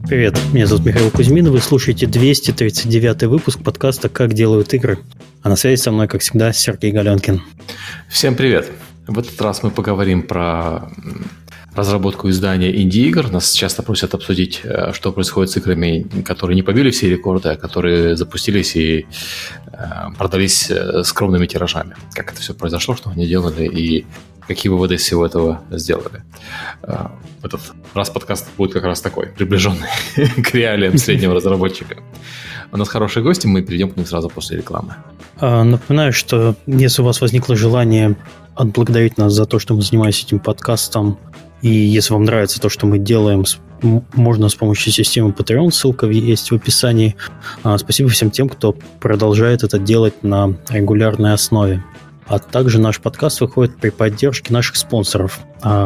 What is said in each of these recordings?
Привет, меня зовут Михаил Кузьмин, вы слушаете 239 выпуск подкаста «Как делают игры». А на связи со мной, как всегда, Сергей Галенкин. Всем привет! В этот раз мы поговорим про разработку издания инди-игр. Нас часто просят обсудить, что происходит с играми, которые не побили все рекорды, а которые запустились и продались скромными тиражами. Как это все произошло, что они делали и какие выводы из всего этого сделали. Этот раз подкаст будет как раз такой, приближенный к реалиям среднего разработчика. У нас хорошие гости, мы перейдем к ним сразу после рекламы. Напоминаю, что если у вас возникло желание отблагодарить нас за то, что мы занимаемся этим подкастом, и если вам нравится то, что мы делаем, можно с помощью системы Patreon, ссылка есть в описании. Спасибо всем тем, кто продолжает это делать на регулярной основе. А также наш подкаст выходит при поддержке наших спонсоров.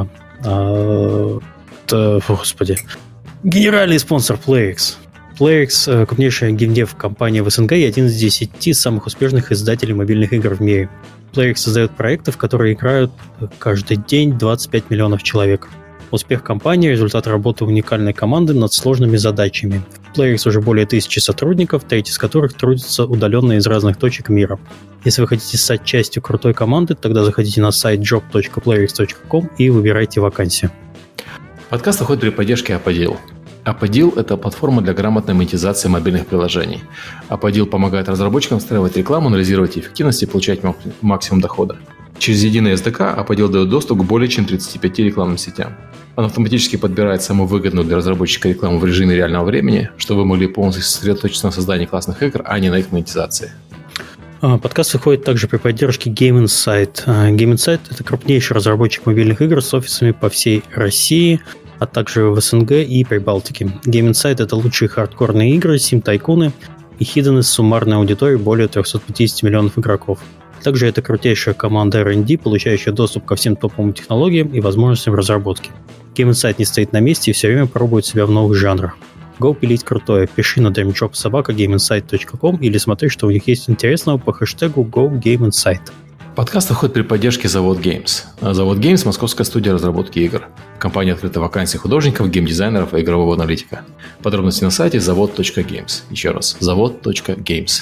Генеральный спонсор PlayX. PlayX – крупнейшая геймдев-компания в СНГ и один из 10 самых успешных издателей мобильных игр в мире. PlayX создает проекты, в которые играют каждый день 25 миллионов человек. Успех компании – результат работы уникальной команды над сложными задачами. В PlayX уже более 1000 сотрудников, треть из которых трудятся удаленно из разных точек мира. Если вы хотите стать частью крутой команды, тогда заходите на сайт job.playx.com и выбирайте вакансию. Подкаст выходит при поддержке Apodil. Apodil – это платформа для грамотной монетизации мобильных приложений. Apodil помогает разработчикам встраивать рекламу, анализировать эффективность и получать максимум дохода. Через единый SDK Apodil дает доступ к более чем 35 рекламным сетям. Он автоматически подбирает самую выгодную для разработчика рекламу в режиме реального времени, чтобы вы могли полностью сосредоточиться на создании классных игр, а не на их монетизации. Подкаст выходит также при поддержке Game Insight. Game Insight – это крупнейший разработчик мобильных игр с офисами по всей России, а также в СНГ и Прибалтике. Game Insight – это лучшие хардкорные игры, сим-тайкуны и хидены с суммарной аудиторией более 350 миллионов игроков. Также это крутейшая команда R&D, получающая доступ ко всем топовым технологиям и возможностям разработки. Game Insight не стоит на месте и все время пробует себя в новых жанрах. Go пилить крутое. Пиши на dreamjob@gameinsight.com или смотри, что у них есть интересного по хэштегу GoGameInsight. Подкаст выходит при поддержке Завод Games. Завод Games – московская студия разработки игр. Компания открыта вакансии художников, геймдизайнеров и игрового аналитика. Подробности на сайте завод.games. Еще раз, завод.games.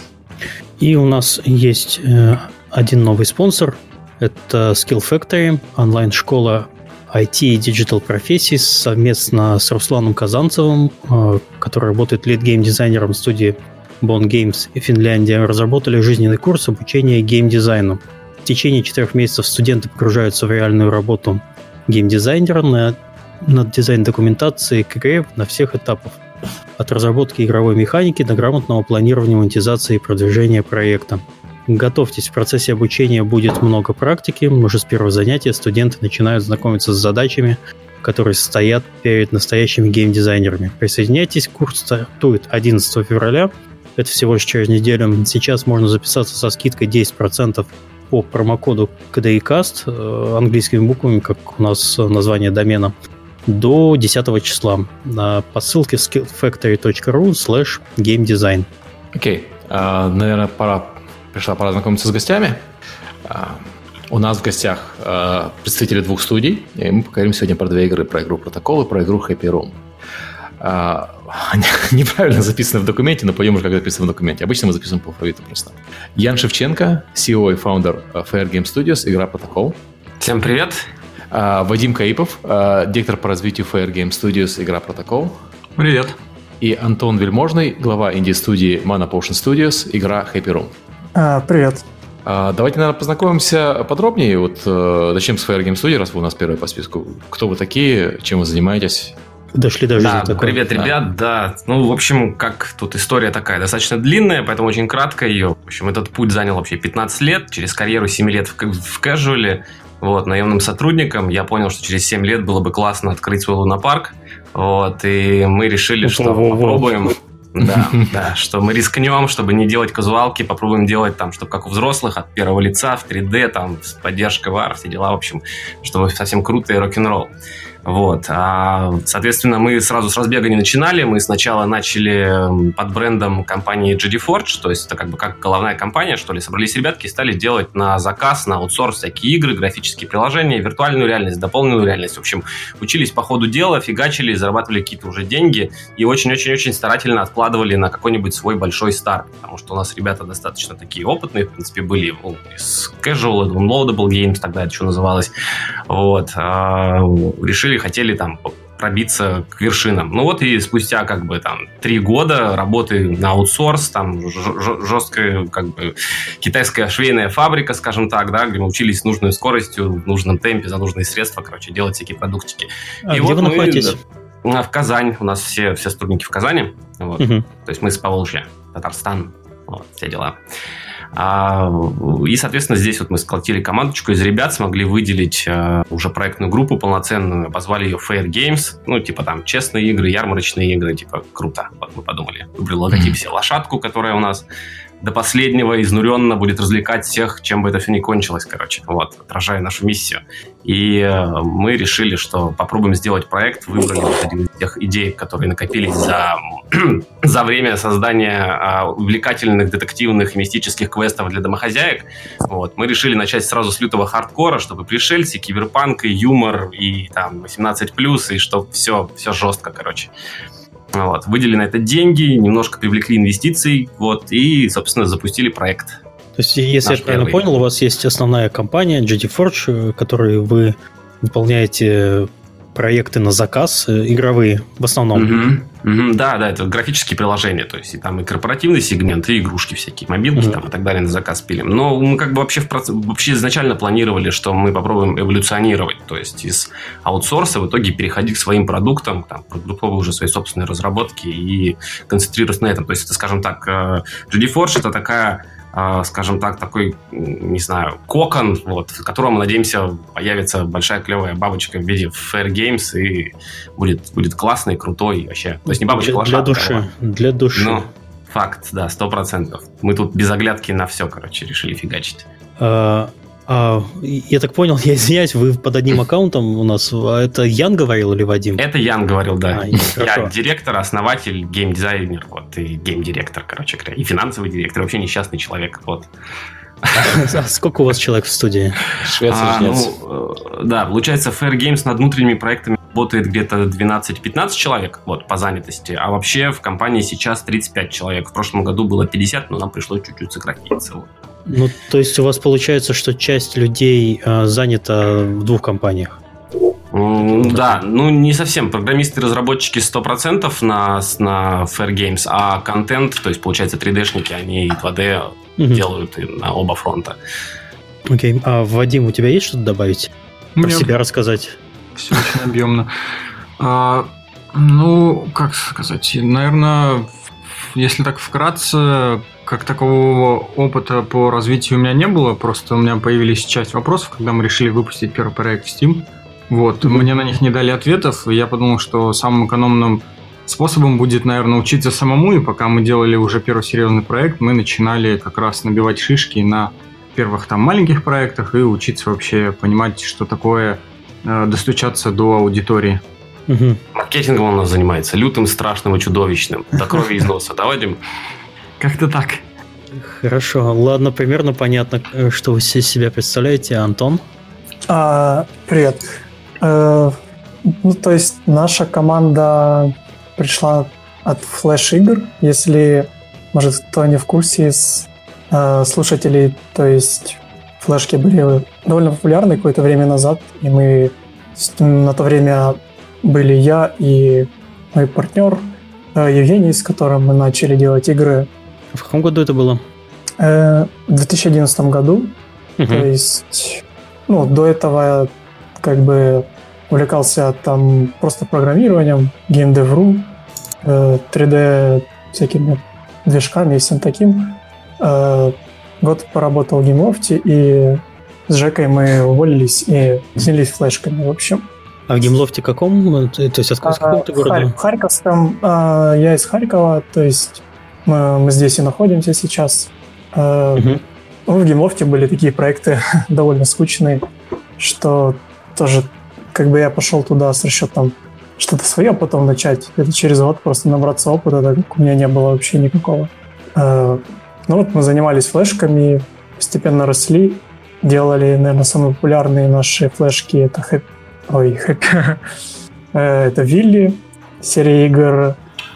И у нас есть один новый спонсор. Это Skill Factory, онлайн-школа IT и Digital профессий совместно с Русланом Казанцевым, который работает лид-гейм-дизайнером студии Bon Games и Финляндия, разработали жизненный курс обучения гейм-дизайну. В течение 4 месяцев студенты погружаются в реальную работу гейм-дизайнера над дизайн-документацией к игре на всех этапах. От разработки игровой механики до грамотного планирования, монетизации и продвижения проекта. Готовьтесь, в процессе обучения будет много практики. Уже с первого занятия студенты начинают знакомиться с задачами, которые стоят перед настоящими геймдизайнерами. Присоединяйтесь, курс стартует 11 февраля. Это всего лишь через неделю. Сейчас можно записаться со скидкой 10% по промокоду KDICAST, английскими буквами, как у нас название домена, до 10 числа по ссылке skillfactory.ru/gamedesign. Окей. Наверное, пришла пора знакомиться с гостями. У нас в гостях представители 2 студий, и мы поговорим сегодня про 2 игры. Про игру Protocol и про игру Happy Room. Неправильно записано в документе, но пойдем уже, как записано в документе. Обычно мы записываем по алфавиту просто. Ян Шевченко, CEO и фаундер Fair Game Studios, игра Protocol. Всем привет. Вадим Каипов, директор по развитию Fair Game Studios, игра Protocol. Привет. И Антон Вельможный, глава инди-студии Mana Potion Studios, игра Happy Room. Привет. Давайте, наверное, познакомимся подробнее. Начнем с Fair Game Studios, раз вы у нас первые по списку. Кто вы такие, чем вы занимаетесь? Дошли до жизни. Привет, ребят. Да. В общем, как тут история такая достаточно длинная, поэтому очень кратко ее. В общем, этот путь занял вообще 15 лет. Через карьеру 7 лет в casual, наемным сотрудником. Я понял, что через 7 лет было бы классно открыть свой лунопарк. И мы решили, что попробуем. Да, что мы рискнем, чтобы не делать казуалки, попробуем делать чтобы как у взрослых, от первого лица, в 3D, с поддержкой VR, все дела, в общем, чтобы совсем круто и рок-н-ролл. Вот. Соответственно, мы сразу с разбега не начинали. Мы сначала начали под брендом компании GDForge, то есть это как бы как головная компания, что ли. Собрались ребятки и стали делать на заказ, на аутсорс всякие игры, графические приложения, виртуальную реальность, дополненную реальность. В общем, учились по ходу дела, фигачили, зарабатывали какие-то уже деньги и очень-очень-очень старательно откладывали на какой-нибудь свой большой старт, потому что у нас ребята достаточно такие опытные, в принципе, были из Casual, Unloadable Games, тогда это еще называлось. Вот. Хотели там пробиться к вершинам. Ну вот и спустя как бы там 3 года работы на аутсорс, там жесткая как бы китайская швейная фабрика, скажем так, да, где мы учились с нужной скоростью, в нужном темпе, за нужные средства, короче, делать всякие продуктики. И где вот вы находитесь? В Казань. У нас все сотрудники в Казани. Вот. То есть мы с Поволжья, Татарстан, вот, все дела. И, соответственно, здесь вот мы сколотили командочку из ребят, смогли выделить уже проектную группу полноценную, позвали ее Fair Games, ну, типа там честные игры, ярмарочные игры, типа круто, вот мы подумали. Выбрали логотип себе лошадку, которая у нас до последнего изнуренно будет развлекать всех, чем бы это все ни кончилось, короче, вот, отражая нашу миссию. И мы решили, что попробуем сделать проект, выбрали вот один из тех идей, которые накопились за время создания увлекательных детективных и мистических квестов для домохозяек. Вот. Мы решили начать сразу с лютого хардкора, чтобы пришельцы, киберпанк и юмор, и там 18+, и чтобы все жестко, короче. Вот. Выделили на это деньги, немножко привлекли инвестиций, вот, и, собственно, запустили проект. То есть, если я правильно понял, у вас есть основная компания GDForge, которой вы выполняете проекты на заказ, игровые в основном. Да, это графические приложения, то есть и там и корпоративный сегмент, и игрушки всякие, мобилки там и так далее на заказ пилим. Но мы как бы вообще изначально планировали, что мы попробуем эволюционировать, то есть из аутсорса в итоге переходить к своим продуктам, там, продуктовые уже свои собственные разработки и концентрироваться на этом. То есть это, скажем так, GDForge это такая, скажем так, такой, не знаю, кокон, вот, в котором, мы надеемся, появится большая клевая бабочка в виде Fair Games и будет классный, крутой вообще. То есть не бабочка, а лошадка. Для души. Ну, факт, да, 100%. Мы тут без оглядки на все, короче, решили фигачить. Я так понял, я извиняюсь, вы под одним аккаунтом у нас. Это Ян говорил или Вадим? Это Ян говорил, да. Я директор, основатель, геймдизайнер, вот, и геймдиректор, короче говоря, и финансовый директор, вообще несчастный человек, вот. Сколько у вас человек в студии? Да, получается, Fair Games над внутренними проектами работает где-то 12-15 человек, вот, по занятости, а вообще в компании сейчас 35 человек. В прошлом году было 50, но нам пришлось чуть-чуть сократиться. Ну, то есть у вас получается, что часть людей занята в 2 компаниях? Да, ну не совсем. Программисты и разработчики 100% на Fair Games, а контент, то есть, получается, 3D-шники, они и 2D делают и на оба фронта. Окей. А, Вадим, у тебя есть что-то добавить? Про себя рассказать? Все очень объемно. Ну, как сказать, наверное, если так вкратце, как такового опыта по развитию у меня не было, просто у меня появились часть вопросов, когда мы решили выпустить первый проект в Steam. Вот, мне на них не дали ответов, и я подумал, что самым экономным способом будет, наверное, учиться самому, и пока мы делали уже первый серьезный проект, мы начинали как раз набивать шишки на первых там маленьких проектах и учиться вообще понимать, что такое достучаться до аудитории. Маркетингом он у нас занимается, лютым, страшным и чудовищным, до крови из носа, да, Вадим? Как-то так. Хорошо, ладно, примерно понятно, что вы из себя представляете. Антон? Привет. Ну, то есть наша команда пришла от флеш-игр, если, может, кто не в курсе из слушателей, то есть флешки были довольно популярны какое-то время назад, и мы на то время были я и мой партнер Евгений, с которым мы начали делать игры. В каком году это было? В 2011 году. То есть, ну, до этого как бы увлекался там просто программированием, геймдев.ру, 3D всякими движками и всем таким. Год поработал в Геймлофте, и с Жекой мы уволились и занялись флешками, в общем. А в Геймлофте каком? То есть из какого ты города? В Харьковском. Я из Харькова, то есть мы здесь и находимся сейчас. В Геймлофте были такие проекты довольно скучные, что тоже как бы я пошел туда с расчетом что-то свое потом начать. Это через год просто набраться опыта, так как у меня не было вообще никакого. Ну вот мы занимались флешками, постепенно росли, делали, наверное, самые популярные наши флешки. Это это Вилли, серия игр,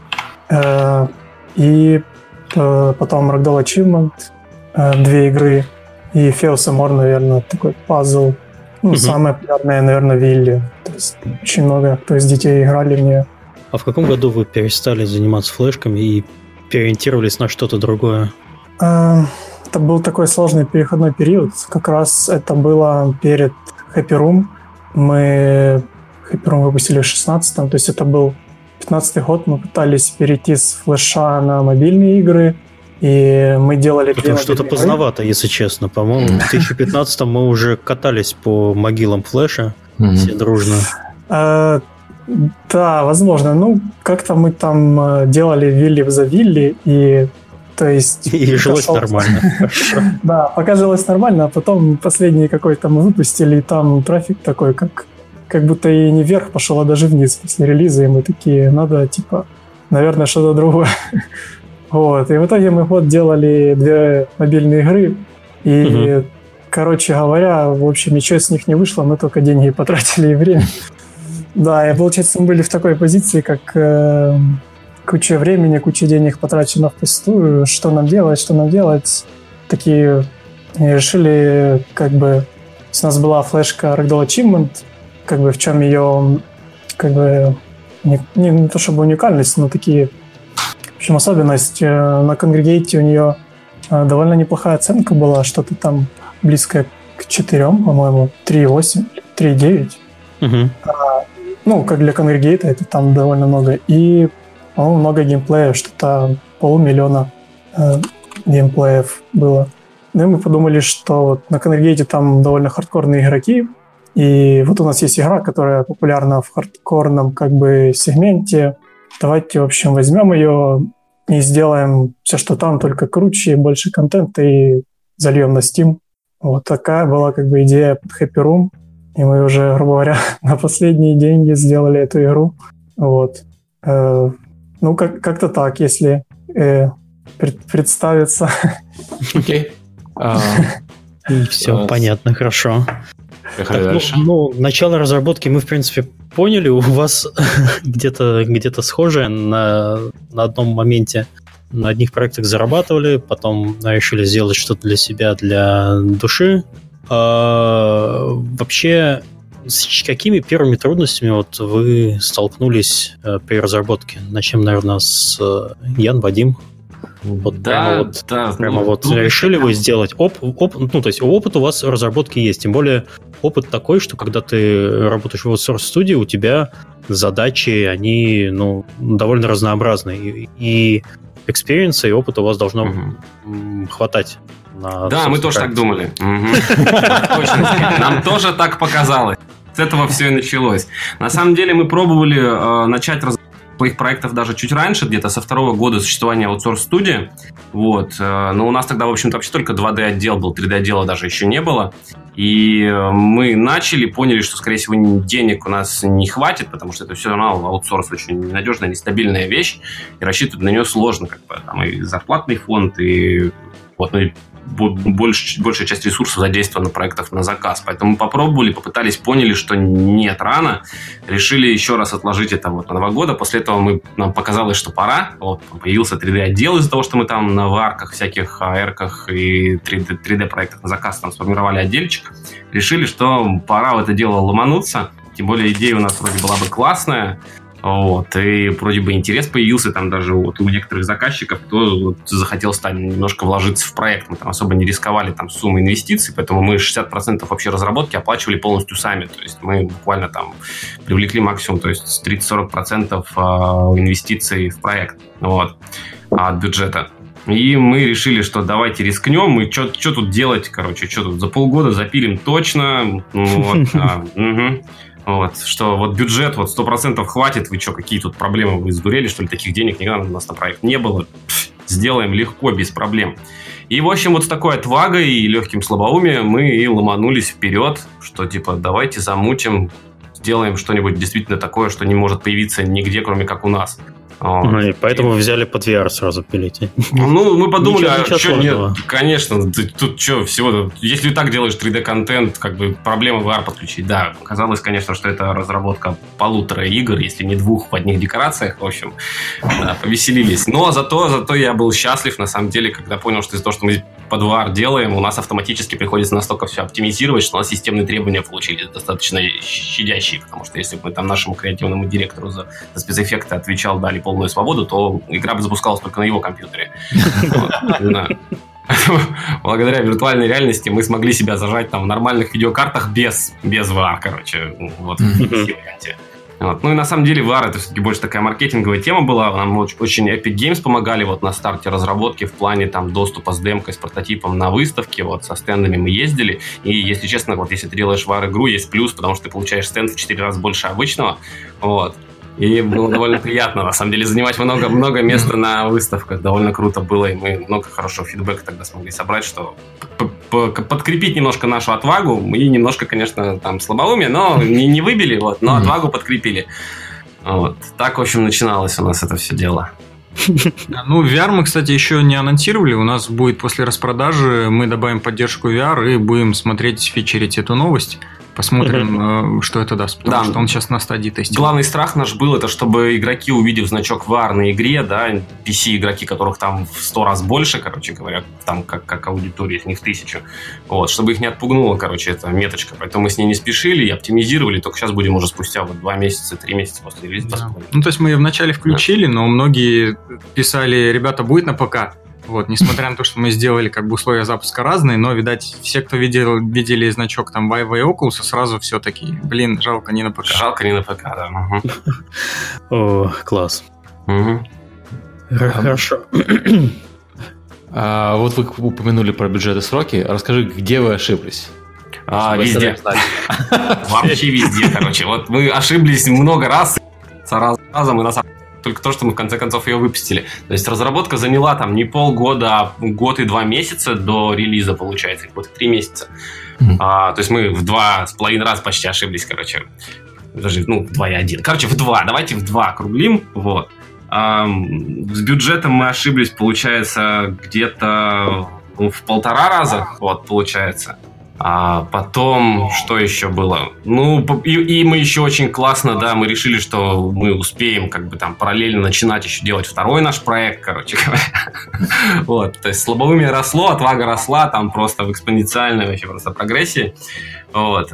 и потом Ragdoll Achievement, 2 игры, и Chaos More, наверное, такой пазл. Ну, самая популярная, наверное, Вилли. То есть очень много кто из детей играли в нее. А в каком году вы перестали заниматься флешками и переориентировались на что-то другое? Это был такой сложный переходной период. Как раз это было перед Happy Room. Мы Happy Room выпустили в 16-м, то есть это был 15-й год. Мы пытались перейти с флеша на мобильные игры, и мы делали... Это что-то поздновато, если честно. По-моему, в 2015-м мы уже катались по могилам флеша все дружно. Да, возможно. Ну, как-то мы там делали Вилли за Вилли, и то есть... И жилось нормально. Да, пока жилось нормально, а потом последний какой-то мы выпустили, и там трафик такой, как будто и не вверх пошел, а даже вниз после релиза, и мы такие, надо, типа, наверное, что-то другое. Вот, и в итоге мы вот делали 2 мобильные игры, и, короче говоря, в общем, ничего с них не вышло, мы только деньги потратили и время. Да, и, получается, мы были в такой позиции, как куча времени, куча денег потрачено впустую, что нам делать. Такие решили, как бы, у нас была флешка Ragdoll Achievement, как бы в чем ее, как бы, не то чтобы уникальность, но такие, в общем, особенность. На Kongregate у нее довольно неплохая оценка была, что-то там близкое к 4, по-моему, 3,8, 3,9. Ну, как для Kongregate, это там довольно много. И, по-моему, много геймплея, что-то 500,000 геймплеев было. Ну и мы подумали, что вот на Kongregate там довольно хардкорные игроки, и вот у нас есть игра, которая популярна в хардкорном как бы сегменте. Давайте, в общем, возьмем ее и сделаем все, что там, только круче, больше контента, и зальем на Steam. Вот такая была как бы идея под Happy Room. И мы уже, грубо говоря, на последние деньги сделали эту игру. Вот. Ну, как-то так, если представиться. Окей. Все понятно, хорошо. Дальше. Ну, начало разработки мы, в принципе, поняли. У вас где-то схожее на одном моменте. На одних проектах зарабатывали, потом решили сделать что-то для себя, для души. Вообще, с какими первыми трудностями вот вы столкнулись при разработке? Начнем, наверное, с Ян, Вадим. Вот да, прямо решили вы сделать ну, то есть опыт у вас в разработке есть, тем более опыт такой, что когда ты работаешь в аутсорс студии, у тебя задачи, они, ну, довольно разнообразные, и экспириенса и опыта у вас должно хватать. Да, мы тоже так думали. Нам тоже так показалось. С этого все и началось. На самом деле мы пробовали начать разработку своих проектов даже чуть раньше, где-то со 2-го года существования аутсорс-студии. Вот. Но у нас тогда, в общем-то, вообще только 2D-отдел был, 3D-отдела даже еще не было. И мы начали, поняли, что, скорее всего, денег у нас не хватит, потому что это все равно аутсорс очень ненадежная, нестабильная вещь, и рассчитывать на нее сложно. Как бы. Там и зарплатный фонд, и вот, ну, и большая часть ресурсов задействована на проектах на заказ. Поэтому мы попробовали, попытались, поняли, что нет, рано. Решили еще раз отложить это вот на 2 года. После этого нам показалось, что пора. Вот, появился 3D-отдел из-за того, что мы там на варках, всяких AR-ках и 3D-проектах на заказ там сформировали отдельчик. Решили, что пора в это дело ломануться. Тем более идея у нас вроде была бы классная. Вот, и вроде бы интерес появился там даже вот у некоторых заказчиков, кто вот захотел немножко вложиться в проект. Мы там особо не рисковали там суммой инвестиций, поэтому мы 60% вообще разработки оплачивали полностью сами. То есть мы буквально там привлекли максимум, то есть 30-40% инвестиций в проект, вот, от бюджета. И мы решили, что давайте рискнем, мы что тут делать, короче, что тут за полгода запилим точно, вот, что вот бюджет вот 100% хватит, вы что, какие тут проблемы, вы сдурели, что ли, таких денег никогда у нас на проект не было, сделаем легко, без проблем. И, в общем, вот с такой отвагой и легким слабоумием мы и ломанулись вперед, что, типа, давайте замутим сделаем что-нибудь действительно такое, что не может появиться нигде, кроме как у нас. И поэтому вы взяли под VR сразу пилить. Ну, мы подумали, ничего что нет, конечно, тут что, всего, если ты так делаешь 3D-контент, как бы проблема VR подключить, да. Казалось, конечно, что это разработка 1,5 игр, если не 2 в одних декорациях, в общем, да, повеселились. Но зато я был счастлив, на самом деле, когда понял, что из-за того, что мы под VR делаем, у нас автоматически приходится настолько все оптимизировать, что у нас системные требования получились достаточно щадящие, потому что если бы мы там нашему креативному директору за спецэффекты отвечал, дали полную свободу, то игра бы запускалась только на его компьютере. Благодаря виртуальной реальности мы смогли себя зажать там в нормальных видеокартах без VR, короче, вот в варианте. Вот. Ну и на самом деле VR это все-таки больше такая маркетинговая тема была. Нам очень Epic Games помогали вот на старте разработки в плане там доступа с демкой, с прототипом на выставке, вот со стендами мы ездили. И если честно, вот если ты делаешь VR-игру, есть плюс, потому что ты получаешь стенд в 4 раза больше обычного. Вот. И было довольно приятно, на самом деле, занимать много места на выставках. Довольно круто было, и мы много хорошего фидбэка тогда смогли собрать, что подкрепить немножко нашу отвагу. И немножко, конечно, там слабоумие, но не выбили, вот, но отвагу подкрепили. Вот. Так, в общем, начиналось у нас это все дело. Ну, VR мы, кстати, еще не анонсировали. У нас будет после распродажи, мы добавим поддержку VR и будем смотреть, фичерить эту новость. Посмотрим, что это даст, потому что он сейчас на стадии тестинга. Главный страх наш был, это чтобы игроки, увидев значок VR на игре, да, PC-игроки, которых там в 100 раз больше, короче говоря, там как аудитория, их не в 1000, вот, чтобы их не отпугнула, короче, эта меточка. Поэтому мы с ней не спешили и оптимизировали, только сейчас будем уже спустя вот 2 месяца, 3 месяца после релиза. Да. Ну, то есть мы ее вначале включили, но многие писали, ребята, будет на ПК. Вот, несмотря на то, что мы сделали как бы условия запуска разные, но, видать, все, кто видели значок там Vive и Oculus, сразу все такие, блин, жалко не на ПК. Жалко не на ПК, да. О, класс. Хорошо. Вот вы упомянули про бюджет и сроки. Расскажи, где вы ошиблись? Везде. Вообще везде, короче. Вот мы ошиблись много раз, разом, и нас только то, что мы в конце концов ее выпустили. То есть разработка заняла там не полгода, а год и 2 месяца до релиза, получается, год и 3 месяца. То есть мы в 2,5 раза почти ошиблись, короче. Даже, 2 и 1. Короче, в 2. Давайте в 2 округлим. Вот. С бюджетом мы ошиблись, получается, где-то в 1,5 раза, вот, получается. А потом, что еще было? И мы еще очень классно, да, мы решили, что мы успеем как бы там параллельно начинать еще делать второй наш проект, короче говоря. Вот, то есть слабоумие росло, отвага росла, там просто в экспоненциальной вообще просто прогрессии. Вот,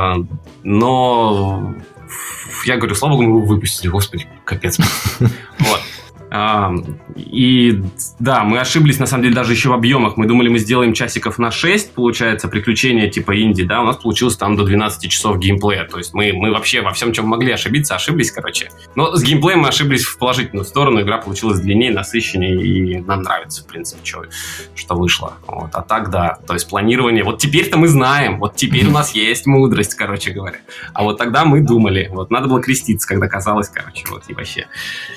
но я говорю, слава богу, мы его выпустили, господи, капец. Вот. И да, мы ошиблись, на самом деле, даже еще в объемах. Мы думали, мы сделаем часиков на 6, получается, приключения типа инди, да, у нас получилось там до 12 часов геймплея. То есть мы вообще во всем, чем могли ошибиться, ошиблись, короче. Но с геймплеем мы ошиблись в положительную сторону. Игра получилась длиннее, насыщеннее, и нам нравится, в принципе, что вышло. Вот. А так, да, то есть планирование. Вот теперь-то мы знаем, вот теперь у нас есть мудрость, короче говоря. А вот тогда мы думали, вот надо было креститься, когда казалось, короче, вот и вообще.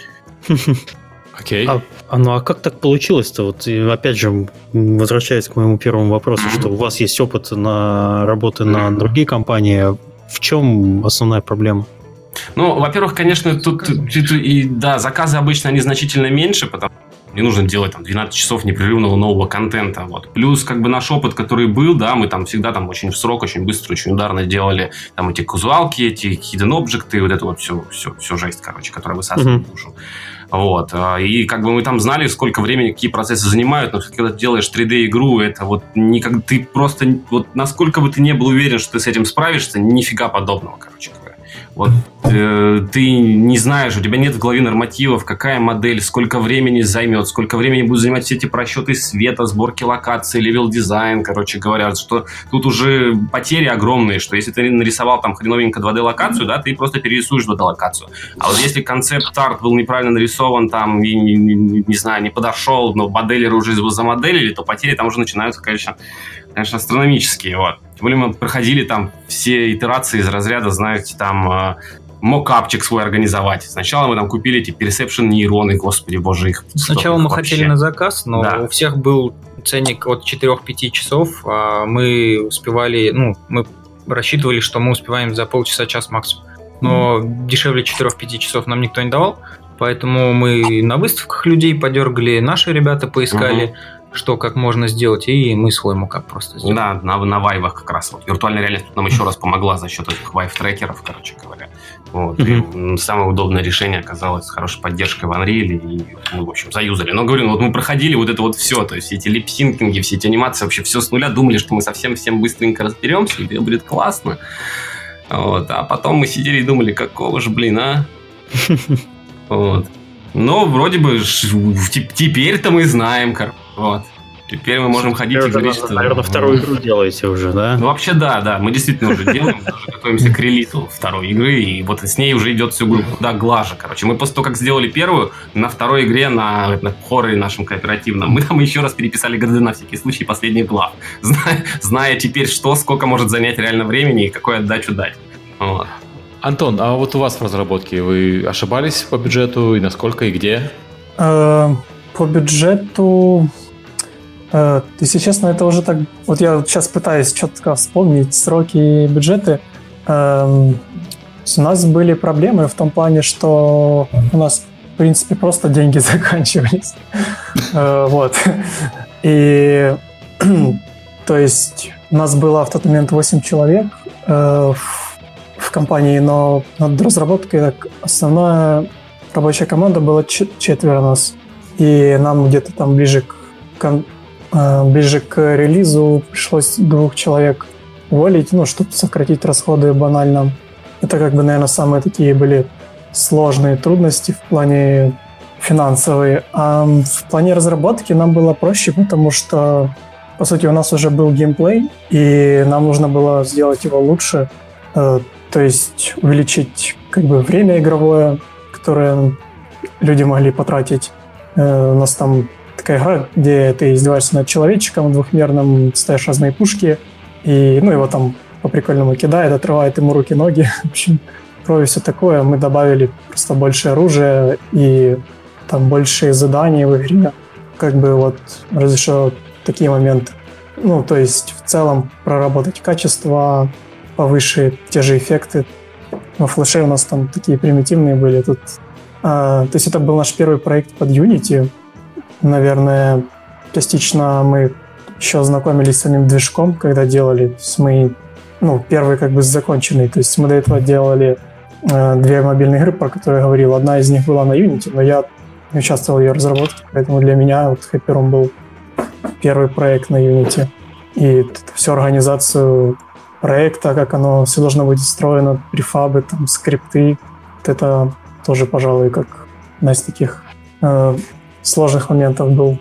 Окей. А как так получилось-то? Вот, и опять же, возвращаясь к моему первому вопросу, что у вас есть опыт на работы на другие компании, в чем основная проблема? Во-первых, конечно, тут заказы обычно они значительно меньше, потому что не нужно делать там 12 часов непрерывного нового контента. Вот. Плюс, как бы, наш опыт, который был, да, мы там всегда там очень в срок, очень быстро, очень ударно делали там эти казуалки, эти hidden objects, вот эту вот всю жесть, короче, которая высасывает душу. Вот. И как бы мы там знали, сколько времени, какие процессы занимают, но когда ты делаешь 3D-игру, это вот никак, ты просто, вот насколько бы ты не был уверен, что ты с этим справишься, нифига подобного, короче говоря. Вот ты не знаешь, у тебя нет в голове нормативов, какая модель, сколько времени займет, сколько времени будут занимать все эти просчеты света, сборки локаций, левел-дизайн, короче говоря, что тут уже потери огромные, что если ты нарисовал там хреновенько 2D-локацию, да, ты просто перерисуешь 2D-локацию. А вот если концепт-арт был неправильно нарисован, там, и, не знаю, не подошел, но моделеры уже замоделили, то потери там уже начинаются, конечно, астрономические, вот. Тем более мы проходили там все итерации из разряда, знаете, там мокапчик свой организовать. Сначала мы там купили эти персепшн нейроны, господи боже, их. Сначала мы хотели на заказ, но у всех был ценник от 4-5 часов, а мы успевали, мы рассчитывали, что мы успеваем за полчаса-час максимум. но дешевле 4-5 часов нам никто не давал. Поэтому мы на выставках людей подергали, наши ребята поискали, что как можно сделать, и мы свой мокап просто сделали. Да, на вайвах как раз. Вот. Виртуальная реальность нам еще раз помогла за счет этих вайв-трекеров, короче говоря. Вот. И самое удобное решение оказалось с хорошей поддержкой в Unreal, и мы, в общем, заюзали. Но, говорю, вот мы проходили вот это вот все, то есть все эти липсинкинги, все эти анимации, вообще все с нуля, думали, что мы совсем всем быстренько разберемся, и будет классно. Вот. А потом мы сидели и думали, какого же, а? Вот. Но вроде бы теперь-то мы знаем, вот. Теперь мы можем ходить и говорить, что... Наверное, вторую игру делаете уже, да? Ну, вообще, да. Мы действительно уже делаем, даже готовимся к релизу второй игры, и вот с ней уже идет всю группу. Да, глаже, короче. Мы после того, как сделали первую, на второй игре, на хорроре нашем кооперативном, мы там еще раз переписали гарды на всякий случай последних глав, зная теперь, сколько может занять реально времени и какую отдачу дать. Вот. Антон, а вот у вас в разработке вы ошибались по бюджету, и насколько, и где? По бюджету... Если честно, это уже так... Вот я сейчас пытаюсь четко вспомнить сроки и бюджеты. У нас были проблемы в том плане, что у нас, в принципе, просто деньги заканчивались. Вот. И... То есть у нас было в тот момент 8 человек в компании, но над разработкой основная рабочая команда была 4 нас. И нам где-то там ближе к релизу пришлось 2 человек уволить, чтобы сократить расходы банально. Это наверное, самые такие были сложные трудности в плане финансовой. А в плане разработки нам было проще, потому что, по сути, у нас уже был геймплей, и нам нужно было сделать его лучше. То есть увеличить время игровое, которое люди могли потратить. У нас там такая игра, где ты издеваешься над человечком двухмерным, ставишь разные пушки, и его там по-прикольному кидает, отрывает ему руки, ноги. В общем, кровь и все такое. Мы добавили просто больше оружия и там больше заданий в игре. Разве что такие моменты. То есть в целом проработать качество, повыше те же эффекты. Во флеше у нас там такие примитивные были. То есть это был наш первый проект под Unity. Наверное, частично мы еще ознакомились с самим движком, когда делали. То есть мы, первый законченный. То есть мы до этого делали 2 мобильные игры, про которые я говорил. Одна из них была на Unity, но я не участвовал в ее разработке, поэтому для меня Happy Room был первый проект на Unity. И всю организацию проекта, как оно все должно быть устроено, префабы, там, скрипты. Это тоже, пожалуй, как одна из таких сложных моментов был.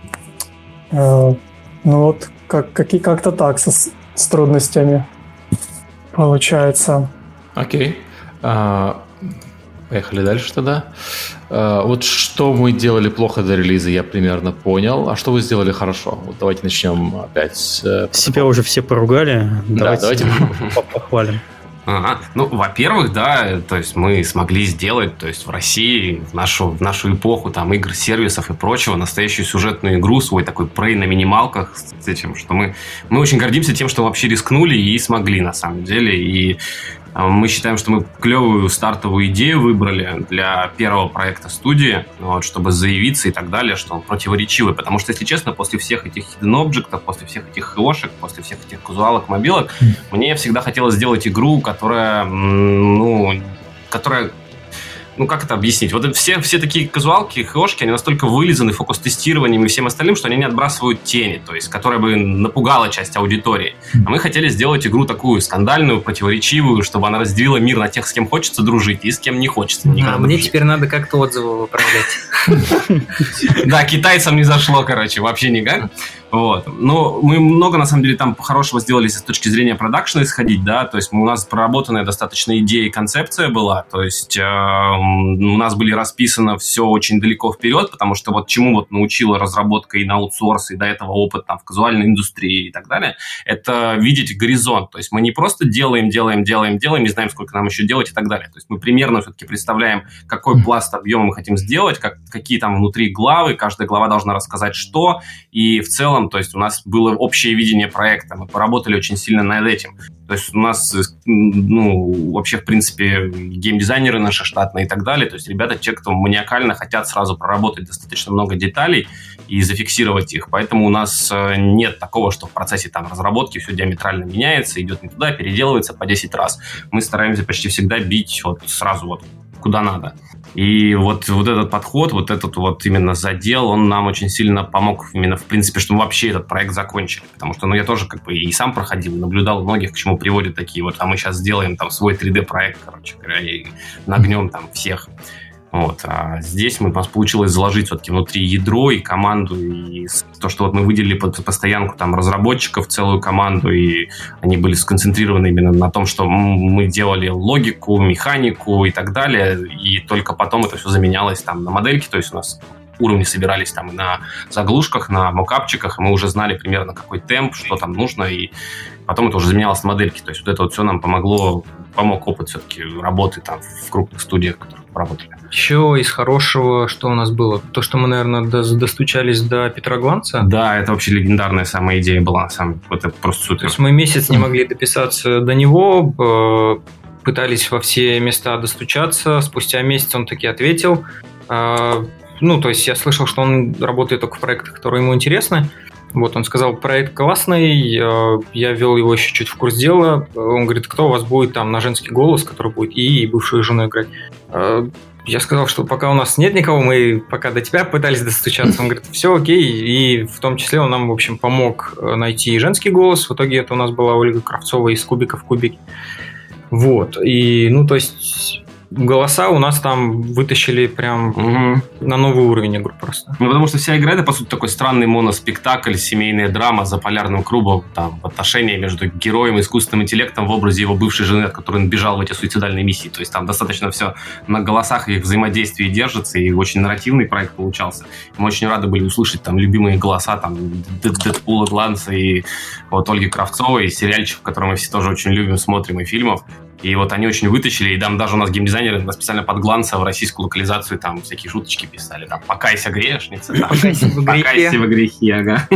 Как-то так, с трудностями получается. Окей. Поехали дальше тогда. Вот что мы делали плохо до релиза, я примерно понял. А что вы сделали хорошо? Вот давайте начнем опять с... Себя уже все поругали. Давайте похвалим. Во-первых, да, то есть мы смогли сделать, то есть в России, в нашу эпоху там игр, сервисов и прочего, настоящую сюжетную игру, свой такой прей на минималках с этим, что мы очень гордимся тем, что вообще рискнули и смогли на самом деле, и мы считаем, что мы клевую стартовую идею выбрали для первого проекта студии, чтобы заявиться и так далее, что он противоречивый. Потому что, если честно, после всех этих hidden object'ов, после всех этих хэошек, после всех этих казуалок, мобилок, мне всегда хотелось сделать игру, которая как это объяснить? Вот все такие казуалки, хэошки, они настолько вылизаны фокус-тестированием и всем остальным, что они не отбрасывают тени, то есть, которая бы напугала часть аудитории. А мы хотели сделать игру такую скандальную, противоречивую, чтобы она разделила мир на тех, с кем хочется дружить, и с кем не хочется. Мне теперь надо как-то отзывы выправлять. Да, китайцам не зашло, вообще никак. Вот. Но мы много, на самом деле, там хорошего сделали с точки зрения продакшена исходить, да, то есть у нас проработанная достаточно идея и концепция была, то есть у нас были расписано все очень далеко вперед, потому что чему научила разработка и на аутсорс, и до этого опыт там в казуальной индустрии и так далее, это видеть горизонт, то есть мы не просто делаем, не знаем, сколько нам еще делать и так далее, то есть мы примерно все-таки представляем, какой пласт объема мы хотим сделать, какие там внутри главы, каждая глава должна рассказать что, и в целом, то есть у нас было общее видение проекта, мы поработали очень сильно над этим. То есть у нас, ну, вообще, в принципе, геймдизайнеры наши штатные и так далее, то есть ребята, те, кто маниакально хотят сразу проработать достаточно много деталей и зафиксировать их, поэтому у нас нет такого, что в процессе там разработки все диаметрально меняется, идет не туда, переделывается по 10 раз. Мы стараемся почти всегда бить вот сразу вот куда надо. И вот этот подход, вот этот вот именно задел, он нам очень сильно помог именно, в принципе, что мы вообще этот проект закончили. Потому что, ну, я тоже как бы и сам проходил, наблюдал многих, к чему приводят такие вот, а мы сейчас сделаем там свой 3D-проект, короче говоря, и нагнем там всех. Вот. А здесь у нас получилось заложить все-таки внутри ядро и команду, и то, что вот мы выделили под постоянку там разработчиков, целую команду, и они были сконцентрированы именно на том, что мы делали логику, механику и так далее, и только потом это все заменялось там на модельки, то есть у нас уровни собирались там на заглушках, на мокапчиках, и мы уже знали примерно какой темп, что там нужно, и потом это уже заменялось на модельки, то есть вот это вот все нам помог опыт все-таки работы там в крупных студиях, в которых работали. Еще из хорошего, что у нас было, то, что мы, наверное, достучались до Петра Гланца. Да, это вообще легендарная самая идея была, на самом деле, это просто супер. То есть мы месяц не могли дописаться до него, пытались во все места достучаться, спустя месяц он таки ответил. Ну, то есть я слышал, что он работает только в проектах, которые ему интересны. Вот, он сказал, проект классный, я ввел его еще чуть в курс дела. Он говорит, кто у вас будет там на женский голос, который будет и бывшую жену играть. Я сказал, что пока у нас нет никого, мы пока до тебя пытались достучаться. Он говорит, все окей, и в том числе он нам, в общем, помог найти и женский голос. В итоге это у нас была Ольга Кравцова из «Кубика в кубике». Вот, и, ну, то есть... Голоса у нас там вытащили прям на новый уровень игру просто. Ну, потому что вся игра — это, по сути, такой странный моноспектакль, семейная драма за полярным кругом, там, отношения между героем и искусственным интеллектом в образе его бывшей жены, от которой он бежал в эти суицидальные миссии. То есть там достаточно все на голосах и их взаимодействии держится, и очень нарративный проект получался. Мы очень рады были услышать там любимые голоса там Дэдпула, Гланца и вот Ольги Кравцовой, сериальчиков, которые мы все тоже очень любим, смотрим, и фильмов. И вот они очень вытащили, и там даже у нас геймдизайнеры специально под Гланца в российскую локализацию там всякие шуточки писали. Там «Покайся, грешница». «Покайся в грехе», ага.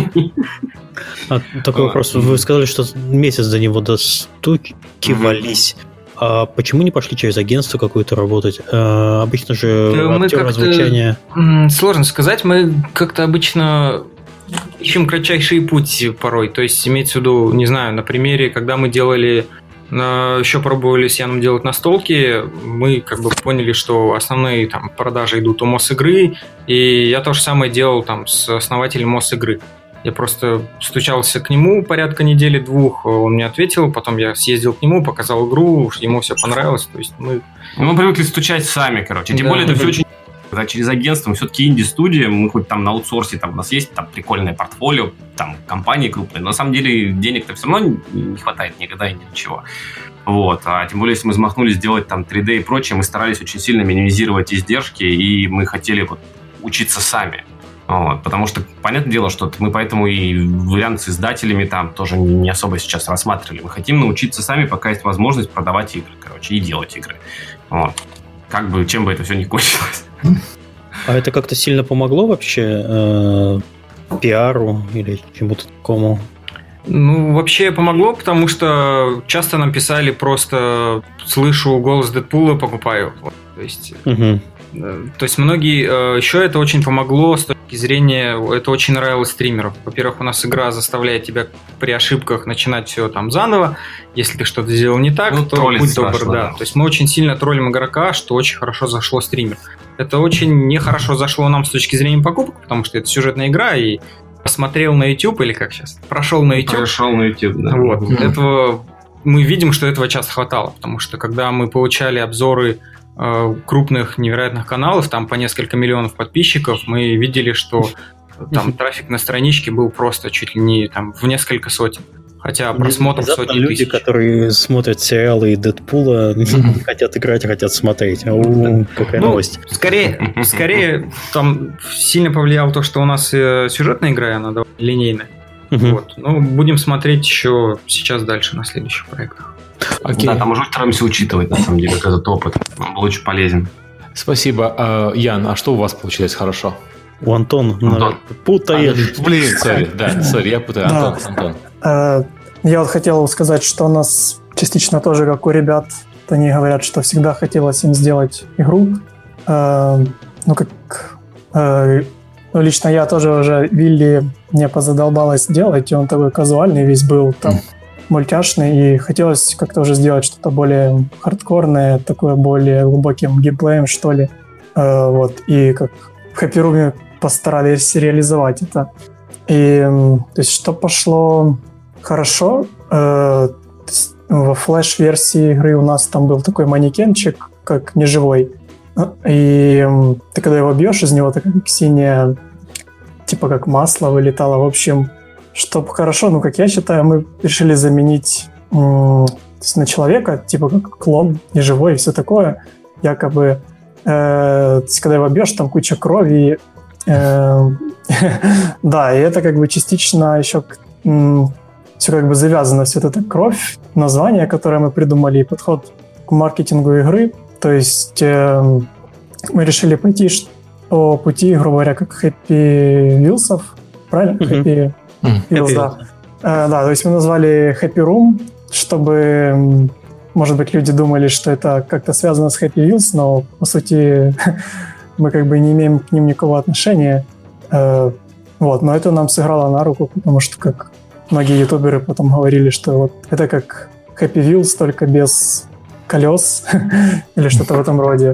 Такой вопрос. Вы сказали, что месяц до него достукивались. А почему не пошли через агентство какое-то работать? Обычно же актеры звучания... Сложно сказать. Мы как-то обычно... ищем кратчайший путь порой. То есть, имеется в виду, не знаю, на примере, когда мы делали... Еще пробовали с Яном делать настолки, мы как бы поняли, что основные там продажи идут у МОС-игры, и я то же самое делал там с основателем МОС-игры. Я просто стучался к нему порядка недели-двух, он мне ответил, потом я съездил к нему, показал игру, ему все понравилось. То есть мы привыкли стучать сами, короче. Тем более это все очень... Когда через агентство, мы все-таки инди-студия, мы хоть там на аутсорсе, там у нас есть там прикольное портфолио, там компании крупные, но на самом деле денег-то все равно не хватает никогда и ничего. Вот. А тем более, если мы замахнулись сделать там 3D и прочее, мы старались очень сильно минимизировать издержки, и мы хотели вот учиться сами. Вот. Потому что, понятное дело, что мы поэтому и вариант с издателями там тоже не особо сейчас рассматривали. Мы хотим научиться сами, пока есть возможность продавать игры, короче, и делать игры. Вот. Как бы, чем бы это все ни кончилось. А это как-то сильно помогло вообще пиару или чему-то такому? Ну, вообще помогло, потому что часто нам писали просто «слышу голос Дэдпула, покупаю». Вот, то есть многие... Еще это очень помогло с точки зрения... Это очень нравилось стримерам. Во-первых, у нас игра заставляет тебя при ошибках начинать все там заново. Если ты что-то сделал не так, то будь добр. Да. То есть мы очень сильно троллим игрока, что очень хорошо зашло стример. Это очень нехорошо зашло нам с точки зрения покупок, потому что это сюжетная игра, и посмотрел на YouTube, или как сейчас? Прошел на YouTube. Прошел на YouTube, да. Вот. Этого... Мы видим, что этого часто хватало, потому что когда мы получали обзоры крупных невероятных каналов, там по несколько миллионов подписчиков, мы видели, что там трафик на страничке был просто чуть ли не там в несколько сотен. Хотя просмотров сотни люди, тысяч. Которые смотрят сериалы и Дэдпула, хотят играть, хотят смотреть. Какая новость. Скорее, там сильно повлияло то, что у нас сюжетная игра, она довольно линейная. Вот. Ну, будем смотреть еще сейчас дальше на следующих проектах. Да, там уже стараемся учитывать, на самом деле, этот опыт. Он был очень полезен. Спасибо. Ян, а что у вас получилось хорошо? У Антона путаешь. Блин, сори, я путаю. Антон. Я вот хотел сказать, что у нас частично тоже, как у ребят, они говорят, что всегда хотелось им сделать игру. Лично я тоже уже Вилли мне позадолбалось делать, и он такой казуальный весь был, там, мультяшный, и хотелось как-то уже сделать что-то более хардкорное, такое более глубоким геймплеем, что ли. И как в Happy Room постарались реализовать это. И, то есть, что пошло хорошо, во флеш-версии игры у нас там был такой манекенчик, как неживой, и ты когда его бьешь, из него такая синяя, типа как масло вылетало. В общем, чтобы хорошо, как я считаю, мы решили заменить на человека, типа как клон неживой и все такое. Якобы, когда его бьешь, там куча крови. Да, и это как бы частично еще все как бы завязано, все это кровь, название, которое мы придумали, и подход к маркетингу игры. То есть мы решили пойти по пути, грубо говоря, как Happy Wheels'ов, правильно? Happy Wheels, да. Да, то есть мы назвали Happy Room, чтобы, может быть, люди думали, что это как-то связано с Happy Wheels, но, по сути, мы как бы не имеем к ним никакого отношения. Но это нам сыграло на руку, потому что, как многие ютуберы потом говорили, что вот это как Happy Wheels, только без колес или что-то в этом роде.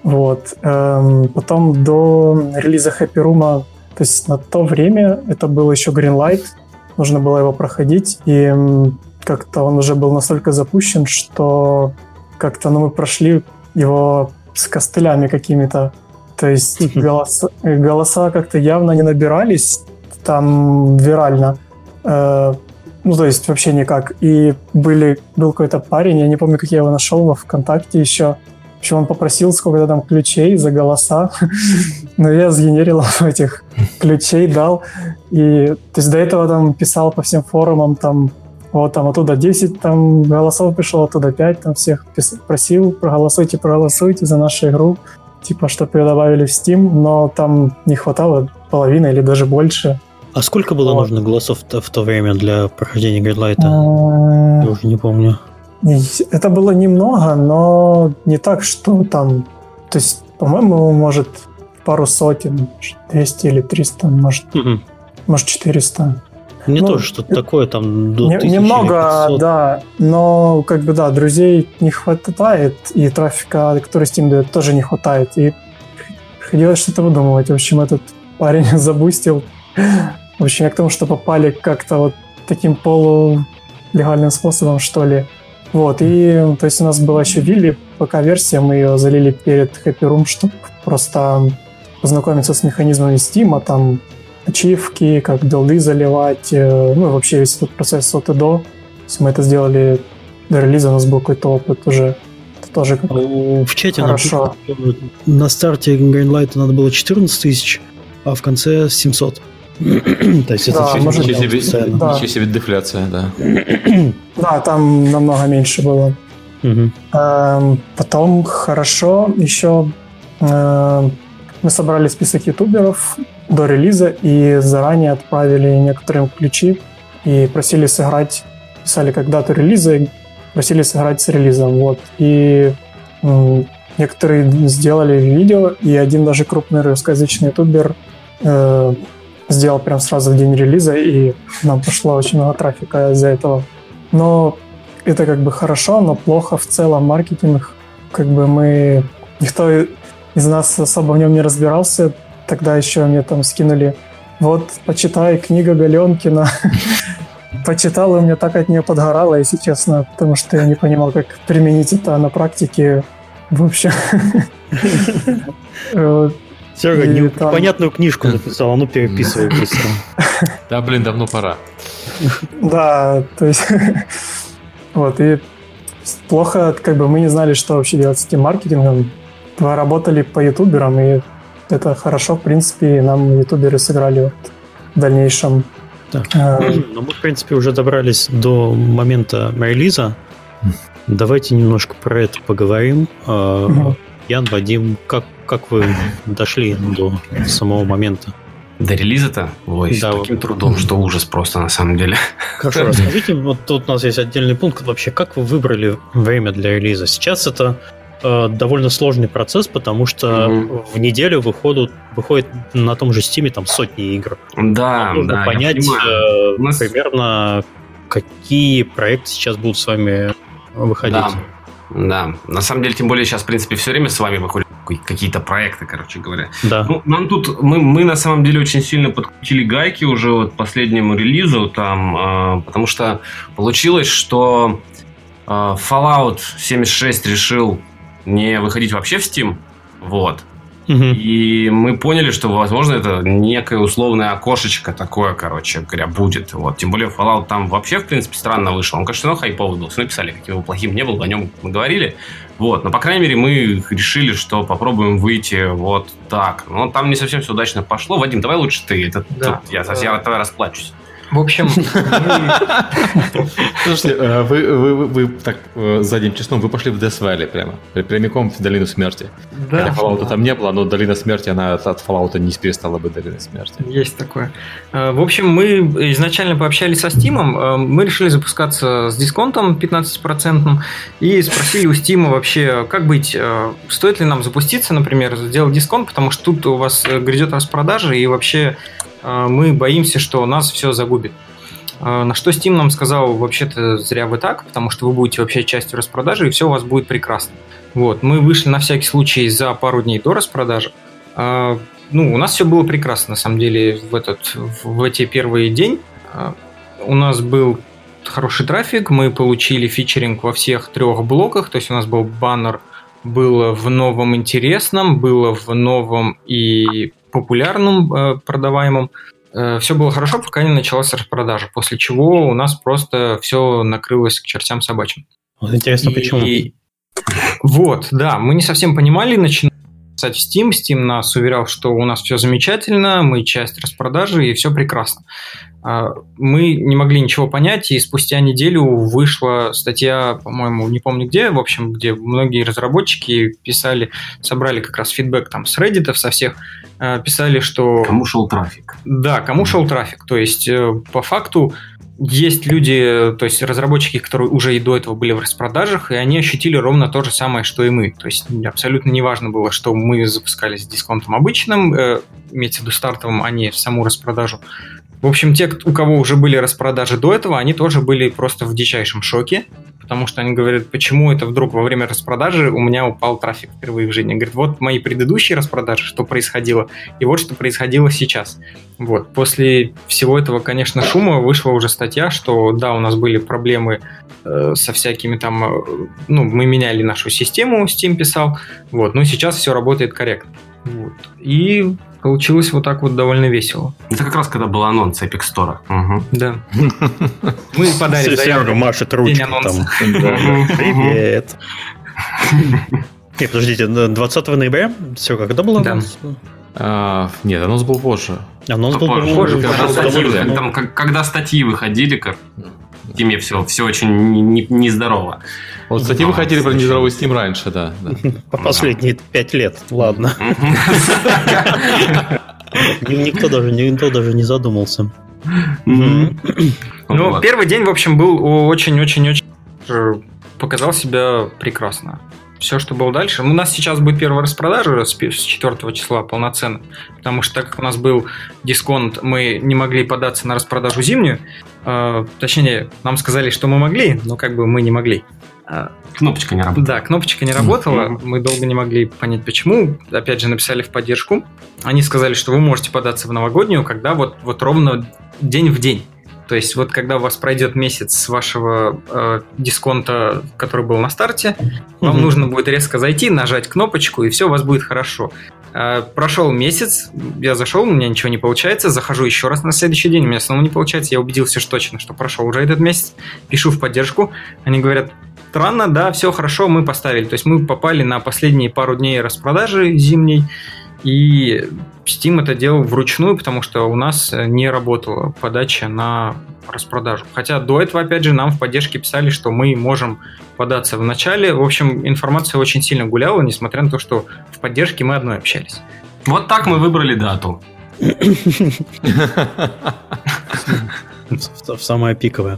Потом до релиза Happy Room, то есть на то время это был еще Greenlight, нужно было его проходить, и как-то он уже был настолько запущен, что как-то мы прошли его с костылями какими-то. То есть голоса как-то явно не набирались там вирально. То есть вообще никак. И был какой-то парень, я не помню, как я его нашел во ВКонтакте еще. В общем, он попросил сколько-то там ключей за голоса. Но я сгенерил этих ключей, дал. И то есть до этого там писал по всем форумам, там оттуда 10 там голосов пришло, оттуда 5, там всех просил, проголосуйте за нашу игру. Типа, чтобы ее добавили в Steam, но там не хватало половины или даже больше. А сколько было нужно голосов в то время для прохождения Greenlight'а? Я уже не помню. Это было немного, но не так, что там... То есть, по-моему, может, пару сотен, 200 или 300, может 400. Мне тоже что-то такое, там до 1000 немного, да, но как бы, да, друзей не хватает, и трафика, который Steam дает, тоже не хватает, и приходилось что-то выдумывать. В общем, этот парень забустил. В общем, к тому, что попали как-то вот таким полулегальным способом, что ли. И то есть у нас была еще Вилли, ПК-версия, мы ее залили перед Happy Room, чтобы просто познакомиться с механизмами Steam, там ачивки, как билды заливать, вообще весь этот процесс от и до. То есть мы это сделали до релиза, у нас был какой-то опыт уже. Это тоже как в чате хорошо. На старте Greenlight надо было 14 тысяч, а в конце 700. То есть это ничего себе дефляция, да. Да, там намного меньше было. Потом хорошо еще мы собрали список ютуберов до релиза и заранее отправили некоторым ключи и просили сыграть, писали как дату релиза и просили сыграть с релизом. И некоторые сделали видео, и один даже крупный русскоязычный ютубер сделал прям сразу в день релиза, и нам пошло очень много трафика из-за этого. Но это как бы хорошо, но плохо в целом маркетинг. Как бы никто из нас особо в нем не разбирался. Тогда еще мне там скинули: вот, почитай, книга Галенкина. Почитал, и у меня так от нее подгорало, если честно, потому что я не понимал, как применить это на практике. В общем... Серега, непонятную книжку написал, переписывай быстро. Да, давно пора. Да, то есть... И плохо, как бы мы не знали, что вообще делать с этим маркетингом. Мы работали по ютуберам, и это хорошо, в принципе, и нам ютуберы сыграли в дальнейшем. Так. Мы, в принципе, уже добрались до момента релиза. Давайте немножко про это поговорим. Ян, Вадим, как вы дошли до самого момента До релиза-то? Ой, Да, с таким трудом, что ужас просто на самом деле. Хорошо, расскажите, вот тут у нас есть отдельный пункт вообще, как вы выбрали время для релиза? Сейчас это довольно сложный процесс, потому что в неделю выходит на том же Steam там сотни игр. Да, нужно да, понять нас... примерно, какие проекты сейчас будут с вами выходить. Да, на самом деле, тем более сейчас, в принципе, все время с вами выходят какие-то проекты, короче говоря. Да. Ну, нам тут, мы на самом деле очень сильно подключили гайки уже вот к последнему релизу, там, потому что получилось, что Fallout 76 решил не выходить вообще в Steam, вот. И мы поняли, что, возможно, это некое условное окошечко такое, короче говоря, будет. Вот. Тем более Fallout там вообще, в принципе, странно вышел. Он, конечно, хайповый был. Все написали, каким его плохим не был, о нем мы говорили. Вот. Но, по крайней мере, мы решили, что попробуем выйти вот так. Но там не совсем все удачно пошло. Вадим, давай лучше ты. Я давай расплачусь. В общем, слушайте, вы так задним числом, вы пошли в Death Valley прямо, прямиком в Долину Смерти. Да. Хотя Fallout там не было, но Долина Смерти, она от Fallout не перестала быть Долиной Смерти. Есть такое. В общем, мы изначально пообщались со Steam, мы решили запускаться с дисконтом 15% и спросили у Steam вообще, как быть, стоит ли нам запуститься, например, сделать дисконт, потому что тут у вас грядет распродажа, и вообще мы боимся, что нас все загубит. На что Steam нам сказал, вообще-то зря вы так, потому что вы будете вообще частью распродажи, и все у вас будет прекрасно. Вот. Мы вышли на всякий случай за пару дней до распродажи. У нас все было прекрасно, на самом деле, в эти первые день. У нас был хороший трафик, мы получили фичеринг во всех 3 блоках, то есть у нас был баннер, было в новом интересном, было в новом и популярном продаваемом. Все было хорошо, пока не началась распродажа, после чего у нас просто все накрылось к чертям собачьим. Вот интересно, почему? Вот, да, мы не совсем понимали, начинали писать в Steam. Steam нас уверял, что у нас все замечательно, мы часть распродажи и все прекрасно. Мы не могли ничего понять, и спустя неделю вышла статья, по-моему, не помню где, в общем, где многие разработчики писали, собрали как раз фидбэк там с Reddit, со всех, писали, что... Кому шел трафик. Да, кому шел трафик. То есть, по факту, есть люди, то есть разработчики, которые уже и до этого были в распродажах, и они ощутили ровно то же самое, что и мы. То есть абсолютно неважно было, что мы запускались с дисконтом обычным, имеется в виду стартовым, а не в саму распродажу. В общем, те, у кого уже были распродажи до этого, они тоже были просто в дичайшем шоке, потому что они говорят, почему это вдруг во время распродажи у меня упал трафик впервые в жизни. Говорят, вот мои предыдущие распродажи, что происходило, и вот что происходило сейчас. Вот. После всего этого, конечно, шума вышла уже статья, что да, у нас были проблемы со всякими там... мы меняли нашу систему, Steam писал, вот, но сейчас все работает корректно. Вот. И получилось вот так вот довольно весело. Это как раз когда был анонс Epic Store. Угу. Да. Мы подали заявку. Машет ручкой там. Привет. Нет, подождите, 20 ноября? Все, когда было анонс? Нет, анонс был позже. Анонс был позже. Когда статьи выходили, как в Steam все очень нездорово. Вот статьи выходили про нездоровый Steam раньше, да. По последние 5 лет, ладно. Никто даже не задумался. Ну, первый день, в общем, был очень-очень-очень... показал себя прекрасно. Все, что было дальше. У нас сейчас будет первая распродажа с 4 числа полноценно, потому что так как у нас был дисконт, мы не могли податься на распродажу зимнюю. Точнее, нам сказали, что мы могли, но как бы мы не могли. Кнопочка не работала. Да, кнопочка не работала. Мы долго не могли понять, почему. Опять же, написали в поддержку. Они сказали, что вы можете податься в новогоднюю, когда вот ровно день в день. То есть вот когда у вас пройдет месяц с вашего дисконта, который был на старте, вам нужно будет резко зайти, нажать кнопочку, и все у вас будет хорошо. Прошел месяц, я зашел, у меня ничего не получается, захожу еще раз на следующий день, у меня снова не получается, я убедился точно, что прошел уже этот месяц, пишу в поддержку, они говорят, странно, да, все хорошо, мы поставили. То есть мы попали на последние пару дней распродажи зимней, и Steam это делал вручную, потому что у нас не работала подача на распродажу. Хотя до этого, опять же, нам в поддержке писали, что мы можем податься в начале. В общем, информация очень сильно гуляла, несмотря на то, что в поддержке мы одной общались. Вот так мы выбрали дату. В самое пиковое.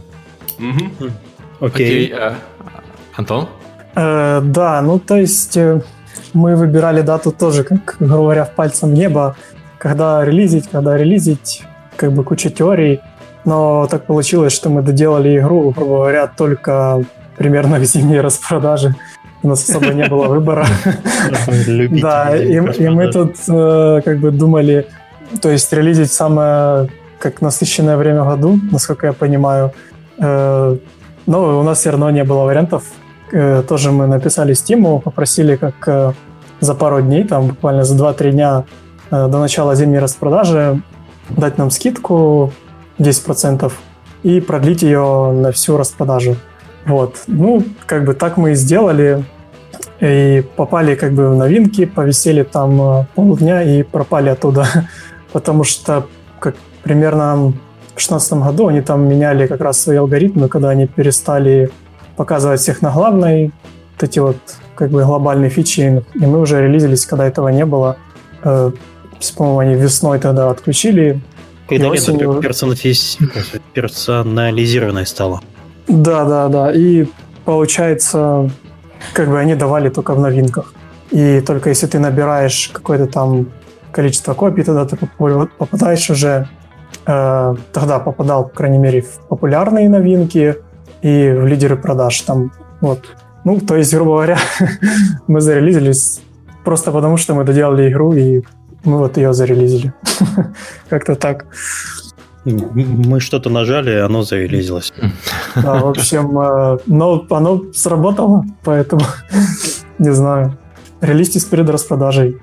Окей. Антон? Да, ну то есть мы выбирали дату тоже, как говоря, пальцем в небо, когда релизить, как бы куча теорий, но так получилось, что мы доделали игру, грубо говоря, только примерно в зимней распродаже. У нас особо не было выбора. Да, и мы тут как бы думали, то есть релизить самое как насыщенное время в году, насколько я понимаю. Но у нас все равно не было вариантов. Тоже мы написали Steam, попросили как за пару дней, там буквально за 2-3 дня до начала зимней распродажи дать нам скидку 10% и продлить ее на всю распродажу. Вот. Ну, как бы так мы и сделали. И попали как бы в новинки, повисели там полдня и пропали оттуда. Потому что как примерно в 2016 году они там меняли как раз свои алгоритмы, когда они перестали показывать всех на главной, вот эти вот как бы глобальные фичи, и мы уже релизились, когда этого не было. По-моему, они весной тогда отключили. Когда осенью... персонализированное стало. Да. И получается, как бы они давали только в новинках. И только если ты набираешь какое-то там количество копий, тогда ты попадаешь уже... Тогда попадал, по крайней мере, в популярные новинки и в лидеры продаж там. Вот. Ну, то есть, грубо говоря, мы зарелизились просто потому, что мы доделали игру, и мы вот ее зарелизили. Как-то так. Мы что-то нажали, и оно зарелизилось. Да, в общем, но оно сработало, поэтому не знаю. Релизьтесь перед распродажей.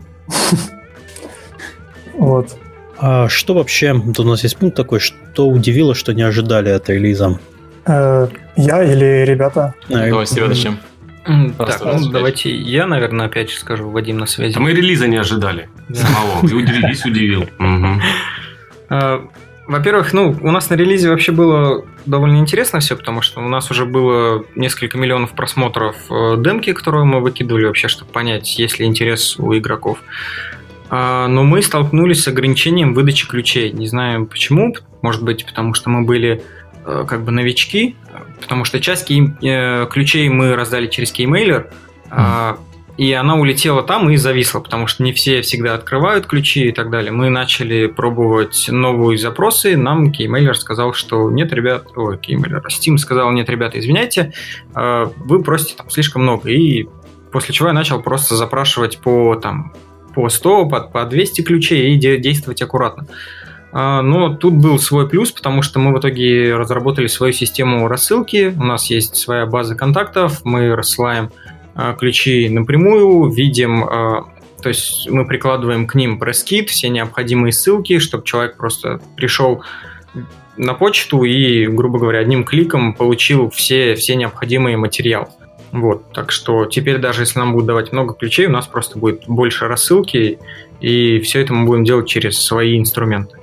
Вот. А что вообще, тут у нас есть пункт такой, что удивило, что не ожидали от релиза? Я или ребята? Давай с тебя начнем. Так, давайте я, наверное, опять же скажу, Вадим на связи. Мы релиза не ожидали самого. И релиз удивил. Во-первых, у нас на релизе вообще было довольно интересно все, потому что у нас уже было несколько миллионов просмотров демки, которую мы выкидывали вообще, чтобы понять, есть ли интерес у игроков. Но мы столкнулись с ограничением выдачи ключей. Не знаю почему. Может быть, потому что мы были как бы новички. Потому что часть ключей мы раздали через кеймейлер. И она улетела там и зависла, потому что не все всегда открывают ключи и так далее. Мы начали пробовать новые запросы. Нам кеймейлер сказал, что нет, ребят... Ой, кеймейлер. Steam сказал, нет, ребята, извиняйте, вы просите там слишком много. И после чего я начал просто запрашивать по 100, по 200 ключей и действовать аккуратно. Но тут был свой плюс, потому что мы в итоге разработали свою систему рассылки. У нас есть своя база контактов, мы рассылаем ключи напрямую, видим, то есть мы прикладываем к ним пресс-кит, все необходимые ссылки, чтобы человек просто пришел на почту и, грубо говоря, одним кликом получил все необходимые материалы. Вот, так что теперь даже если нам будут давать много ключей, у нас просто будет больше рассылки, и все это мы будем делать через свои инструменты.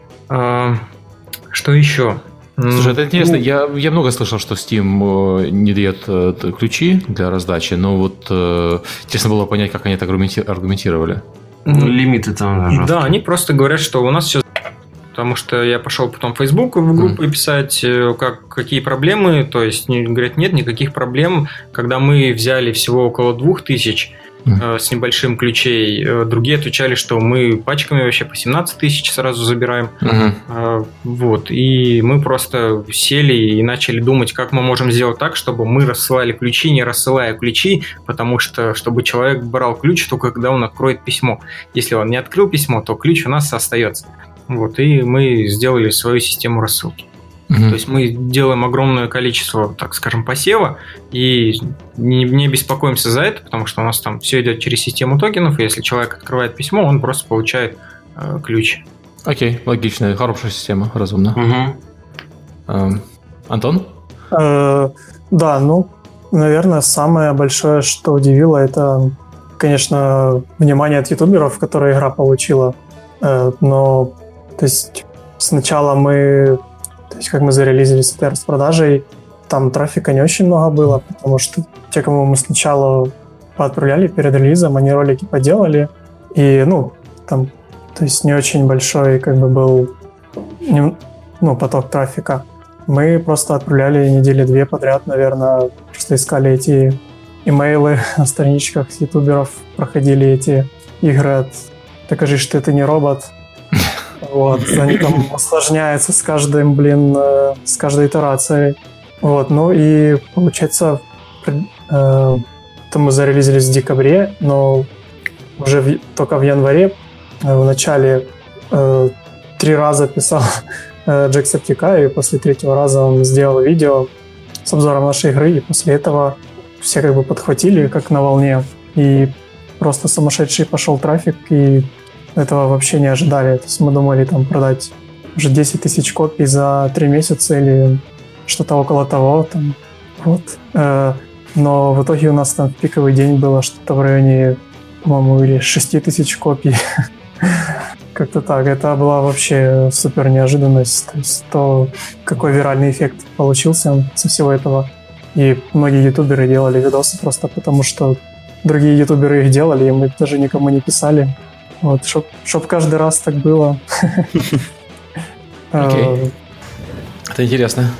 Что еще? Слушай, это интересно. Я много слышал, что Steam не дает ключи для раздачи, но вот интересно было понять, как они это аргументировали. Лимиты там. Да, они просто говорят, что у нас все... Потому что я пошел потом в Facebook в группу писать, какие проблемы. То есть, говорят, нет никаких проблем. Когда мы взяли всего около 2000 с небольшим ключей, другие отвечали, что мы пачками вообще по 17 тысяч сразу забираем. Вот. И мы просто сели и начали думать, как мы можем сделать так, чтобы мы рассылали ключи, не рассылая ключи, потому что, чтобы человек брал ключ только когда он откроет письмо. Если он не открыл письмо, то ключ у нас остается. Вот, и мы сделали свою систему рассылки. То есть мы делаем огромное количество, так скажем, посева и не беспокоимся за это, потому что у нас там все идет через систему токенов, и если человек открывает письмо, он просто получает ключ. Окей, логично, хорошая система, разумно. Антон? Да, наверное, самое большое, что удивило, это, конечно, внимание от ютуберов, которое игра получила. Но, то есть, сначала как мы зарелизились с этой распродажей, там трафика не очень много было, потому что те, кому мы сначала поотправляли перед релизом, они ролики поделали, и, там то есть не очень большой как бы был поток трафика. Мы просто отправляли недели 2 подряд, наверное, просто искали эти имейлы на страничках ютуберов, проходили эти игры от «Докажи, что ты не робот». Вот, они там усложняются с каждой итерацией. Вот, ну и получается, то мы зарелизились в декабре, но уже только в январе в начале 3 раза писал Jacksepticeye, и после 3-го раза он сделал видео с обзором нашей игры, и после этого все как бы подхватили, как на волне, и просто сумасшедший пошел трафик, и этого вообще не ожидали. То есть мы думали там продать уже 10 тысяч копий за 3 месяца или что-то около того. Там, вот. Но в итоге у нас там пиковый день было что-то в районе, по-моему, или 6 тысяч копий. Как-то так. Это была вообще супер неожиданность. То есть то, какой виральный эффект получился со всего этого. И многие ютуберы делали видосы просто потому, что другие ютуберы их делали, и мы даже никому не писали. Вот, чтоб каждый раз так было. Окей. Это интересно.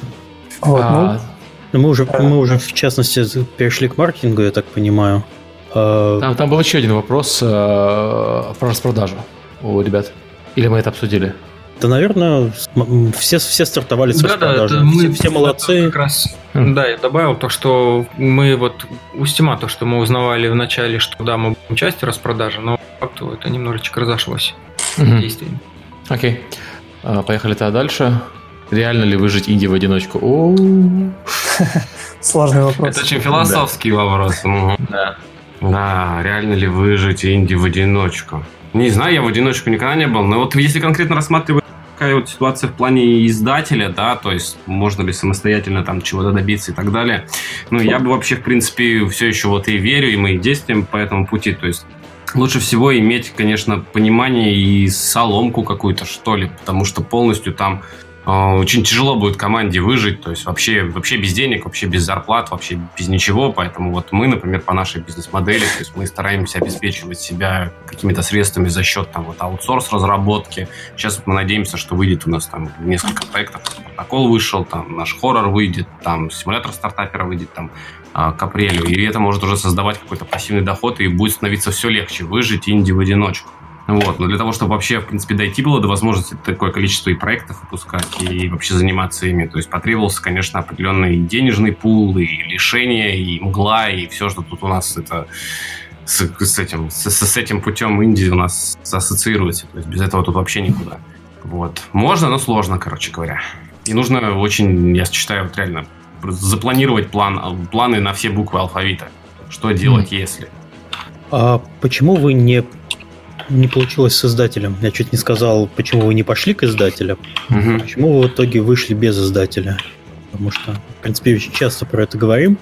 Мы уже, в частности, перешли к маркетингу, я так понимаю. Там был еще один вопрос про распродажу у ребят. Или мы это обсудили? Да, наверное, все стартовали с распродажи. Все молодцы. Как раз, да, я добавил то, что мы вот у Steam, то, что мы узнавали в начале, что да, мы будем частью распродажи, но по факту это немножечко разошлось действиями. Окей. Поехали тогда дальше. Реально ли выжить инди в одиночку? Сложный вопрос. Это очень философский вопрос. Да, реально ли выжить инди в одиночку? Не знаю, я в одиночку никогда не был, но вот если конкретно рассматривать такая вот ситуация в плане издателя, да, то есть можно ли самостоятельно там чего-то добиться и так далее, ну, я бы вообще, в принципе, все еще вот и верю, и мы действуем по этому пути, то есть лучше всего иметь, конечно, понимание и соломку какую-то, что ли, потому что полностью там очень тяжело будет команде выжить, то есть вообще без денег, вообще без зарплат, вообще без ничего, поэтому вот мы, например, по нашей бизнес-модели, то есть мы стараемся обеспечивать себя какими-то средствами за счет там вот аутсорс разработки. Сейчас вот мы надеемся, что выйдет у нас там несколько проектов, протокол вышел, там наш хоррор выйдет, там симулятор стартапера выйдет там к апрелю, и это может уже создавать какой-то пассивный доход, и будет становиться все легче выжить инди в одиночку. Вот. Но для того, чтобы вообще, в принципе, дойти было до возможности такое количество и проектов выпускать, и вообще заниматься ими, то есть потребовался, конечно, определенный денежный пул, и лишение, и мгла, и все, что тут у нас это с этим путем Индии у нас ассоциируется. То есть без этого тут вообще никуда. Вот. Можно, но сложно, короче говоря. И нужно очень, я считаю, вот реально запланировать планы на все буквы алфавита. Что делать, если? А почему вы не получилось с издателем? Я чуть не сказал, почему вы не пошли к издателям. Почему вы в итоге вышли без издателя? Потому что, в принципе, очень часто про это говорим.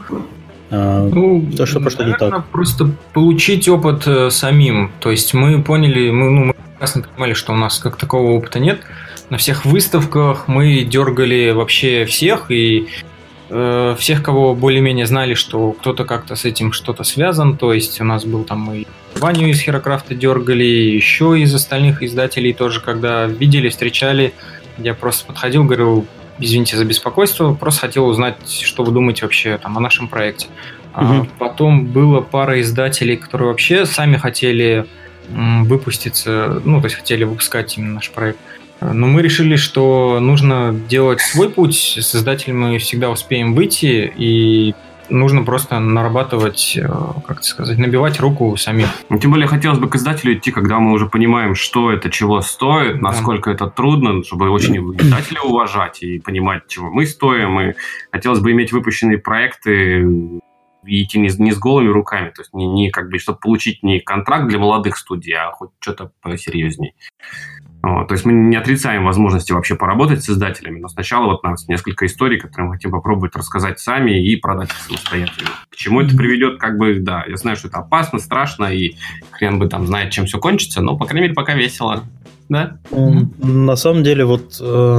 Что пошло не так? Просто получить опыт самим. То есть мы поняли, мы прекрасно понимали, что у нас как такого опыта нет. На всех выставках мы дергали вообще всех, и всех, кого более-менее знали, что кто-то как-то с этим что-то связан. То есть у нас был там и Ваню из Херокрафта дергали, еще из остальных издателей тоже, когда видели, встречали, я просто подходил, говорил: извините за беспокойство, просто хотел узнать, что вы думаете вообще там о нашем проекте. Потом было пара издателей, которые вообще сами хотели выпуститься, то есть хотели выпускать именно наш проект. Но мы решили, что нужно делать свой путь. С издателем мы всегда успеем выйти, и нужно просто нарабатывать, набивать руку самим. Тем более хотелось бы к издателю идти, когда мы уже понимаем, что это, чего стоит, насколько это трудно, чтобы очень издателя уважать и понимать, чего мы стоим. И хотелось бы иметь выпущенные проекты и идти не с голыми руками, то есть не чтобы получить не контракт для молодых студий, а хоть что-то посерьезнее. То есть мы не отрицаем возможности вообще поработать с издателями, но сначала вот у нас несколько историй, которые мы хотим попробовать рассказать сами и продать их самостоятельно. К чему это приведет, я знаю, что это опасно, страшно, и хрен бы там знает, чем все кончится, но, по крайней мере, пока весело. Да? На самом деле, вот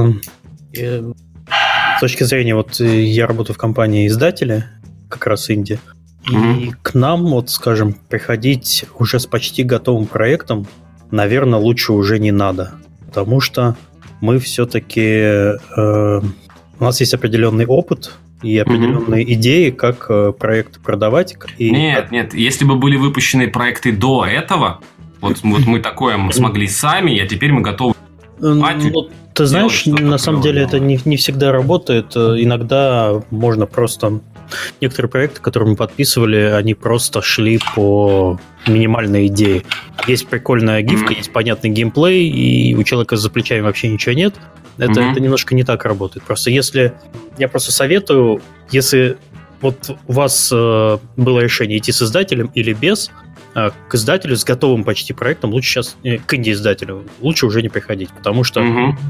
с точки зрения, я работаю в компании издателя, как раз инди, и к нам, скажем, приходить уже с почти готовым проектом, наверное, лучше уже не надо. Потому что мы все-таки... у нас есть определенный опыт и определенные идеи, как проект продавать. Нет, если бы были выпущены проекты до этого, вот мы такое смогли сами, а теперь мы готовы. Ты знаешь, на самом деле это не всегда работает. Иногда можно просто... Некоторые проекты, которые мы подписывали, они просто шли по минимальной идее. Есть прикольная гифка, есть понятный геймплей, и у человека за плечами вообще ничего нет. Это немножко не так работает. Просто если... Я просто советую, если вот у вас было решение идти с издателем или без, к издателю с готовым почти проектом лучше сейчас... К инди-издателю лучше уже не приходить, потому что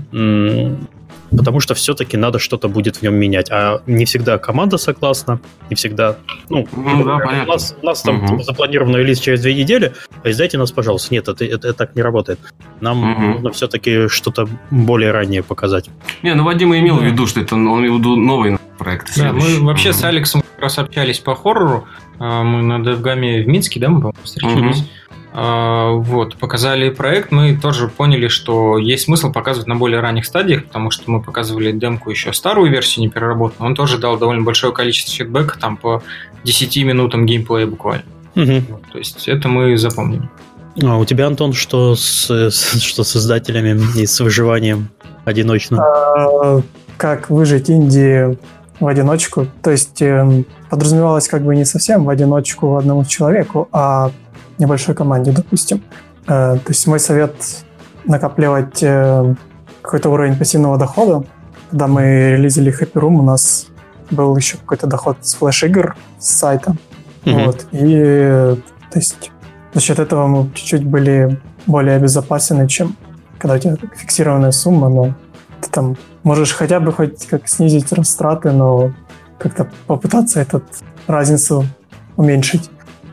все-таки надо что-то будет в нем менять. А не всегда команда согласна, не всегда... да, понятно. У нас там запланирован релиз через 2 недели, а издайте нас, пожалуйста. Нет, это так не работает. Нам нужно все-таки что-то более раннее показать. Вадим и имел в виду, что он имел в виду новый проект. Да, мы вообще с Алексом как раз общались по хоррору. Мы на DevGAM в Минске, да, мы, по-моему, встречались. Показали проект, мы тоже поняли, что есть смысл показывать на более ранних стадиях, потому что мы показывали демку еще старую версию, не переработанную. Он тоже дал довольно большое количество фидбэка, там по 10 минутам геймплея буквально. То есть это мы запомнили. А у тебя, Антон, что с издателями и с выживанием одиночно? Как выжить инди в одиночку? То есть подразумевалось как бы не совсем в одиночку одному человеку, а небольшой команде, допустим. То есть мой совет накапливать какой-то уровень пассивного дохода. Когда мы релизили Happy Room, у нас был еще какой-то доход с флеш-игр, с сайта. И то есть за счет этого мы чуть-чуть были более обезопасены, чем когда у тебя фиксированная сумма, но ты там можешь хотя бы хоть как снизить растраты, но как-то попытаться эту разницу уменьшить.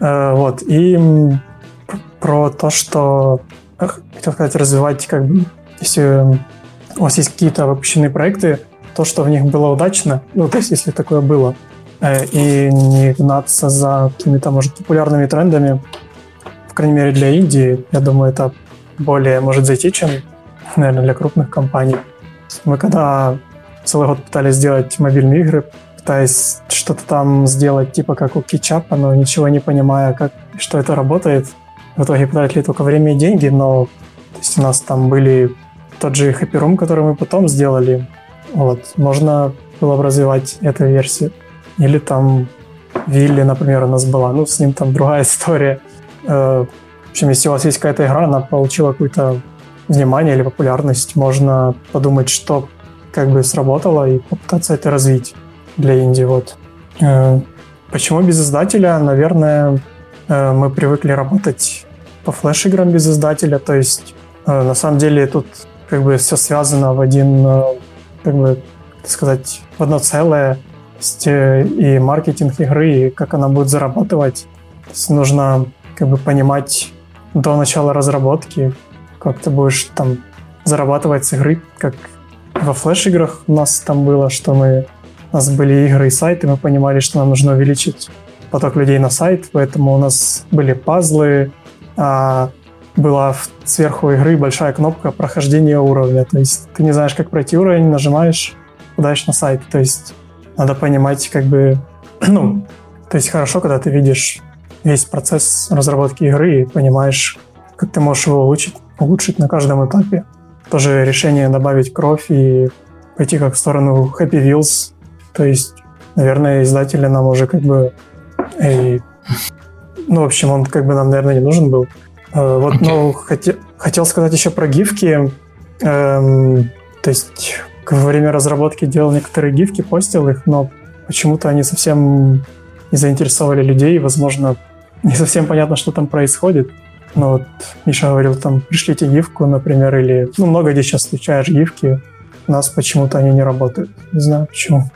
И про то, что хотел сказать, развивать, как бы, если у вас есть какие-то выпущенные проекты, то, что в них было удачно, то есть если такое было, и не гнаться за какими-то, может, популярными трендами, в крайней мере, для Индии, я думаю, это более может зайти, чем, наверное, для крупных компаний. Мы когда целый год пытались сделать мобильные игры, пытаясь что-то там сделать, типа как у кетчапа, но ничего не понимая, что это работает. В итоге потратили только время и деньги, но то есть у нас там были тот же Happy Room, который мы потом сделали. Можно было бы развивать эту версию. Или там Вилли, например, у нас была. С ним там другая история. В общем, если у вас есть какая-то игра, она получила какое-то внимание или популярность, можно подумать, что как бы сработало, и попытаться это развить для инди. Почему без издателя? Наверное, мы привыкли работать по флеш-играм без издателя, то есть на самом деле тут как бы все связано в один, как бы сказать, в одно целое, и маркетинг игры, и как она будет зарабатывать. То есть нужно как бы понимать до начала разработки, как ты будешь там зарабатывать с игры, как во флеш-играх у нас там было, что у нас были игры и сайты, мы понимали, что нам нужно увеличить поток людей на сайт, поэтому у нас были пазлы, была сверху игры большая кнопка прохождения уровня, то есть ты не знаешь, как пройти уровень, нажимаешь, подаешь на сайт, то есть надо понимать, как бы, то есть хорошо, когда ты видишь весь процесс разработки игры и понимаешь, как ты можешь его улучшить на каждом этапе. Тоже решение добавить кровь и пойти как в сторону Happy Wheels. То есть, наверное, издателя нам уже как бы... в общем, он как бы нам, наверное, не нужен был. Хотел сказать еще про гифки. То есть, во время разработки делал некоторые гифки, постил их, но почему-то они совсем не заинтересовали людей. Возможно, не совсем понятно, что там происходит. Но Миша говорил, там, пришлите гифку, например, или... много где сейчас встречаешь гифки. У нас почему-то они не работают. Не знаю, почему.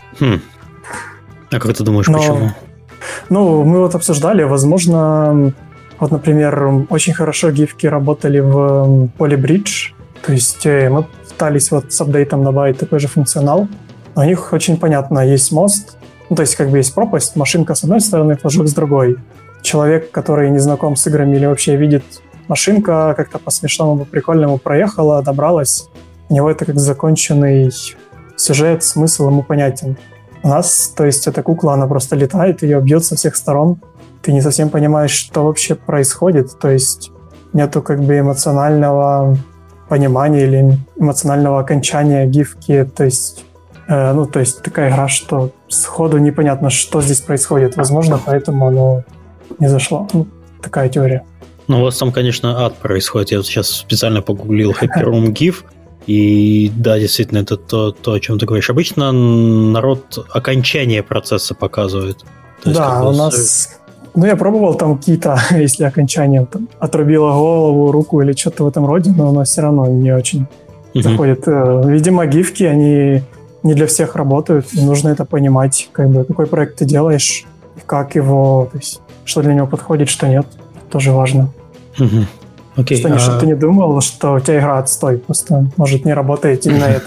А как ты думаешь, почему? Мы обсуждали, возможно... например, очень хорошо гифки работали в Polybridge. То есть мы пытались с апдейтом добавить такой же функционал. У них очень понятно, есть мост, то есть как бы есть пропасть, машинка с одной стороны, флажок с другой. Человек, который не знаком с играми или вообще видит машинка как-то по-смешному, по-прикольному проехала, добралась. У него это как законченный сюжет, смысл ему понятен. У нас, то есть, эта кукла, она просто летает, ее бьет со всех сторон. Ты не совсем понимаешь, что вообще происходит. То есть, нету как бы эмоционального понимания или эмоционального окончания гифки. То есть, то есть, такая игра, что сходу непонятно, что здесь происходит. Возможно, поэтому оно не зашло. Такая теория. Ну, у вас там, конечно, ад происходит. Я вот сейчас специально погуглил Happy Room GIF. И да, действительно, это то, о чем ты говоришь. Обычно народ окончание процесса показывает. Да, у нас... я пробовал там какие-то, если окончание там, отрубило голову, руку или что-то в этом роде, но оно все равно не очень заходит. Видимо, гифки, они не для всех работают, и нужно это понимать, как бы, какой проект ты делаешь, как его, то есть, что для него подходит, что нет. Тоже важно. Окей. Чтобы ты не думал, что у тебя игра отстой, просто может не работает именно это.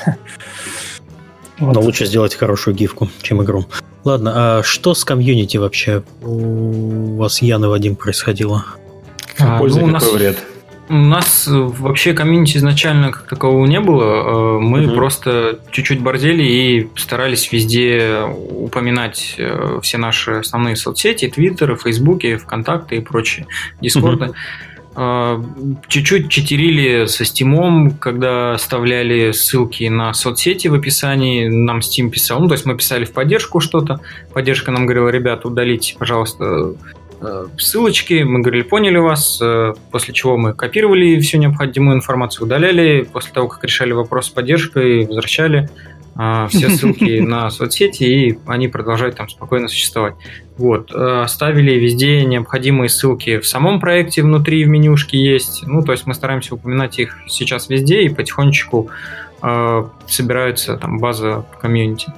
Но лучше сделать хорошую гифку, чем игру. Ладно, а что с комьюнити вообще у вас, Ян и Вадим, происходило? Польза какой вред? У нас вообще комьюнити изначально как такового не было. Мы просто чуть-чуть борзели и старались везде упоминать все наши основные соцсети, Твиттеры, Фейсбуки, ВКонтакте и прочие, Дискорды. Чуть-чуть читерили со Steam, когда оставляли ссылки на соцсети в описании, нам Steam писал, то есть мы писали в поддержку что-то, поддержка нам говорила: ребята, удалите, пожалуйста, ссылочки, мы говорили: поняли вас, после чего мы копировали всю необходимую информацию, удаляли, после того, как решали вопрос с поддержкой, возвращали все ссылки на соцсети, и они продолжают там спокойно существовать. Вот. Ставили везде необходимые ссылки в самом проекте, внутри в менюшке есть. То есть мы стараемся упоминать их сейчас везде, и потихонечку собирается там база комьюнити.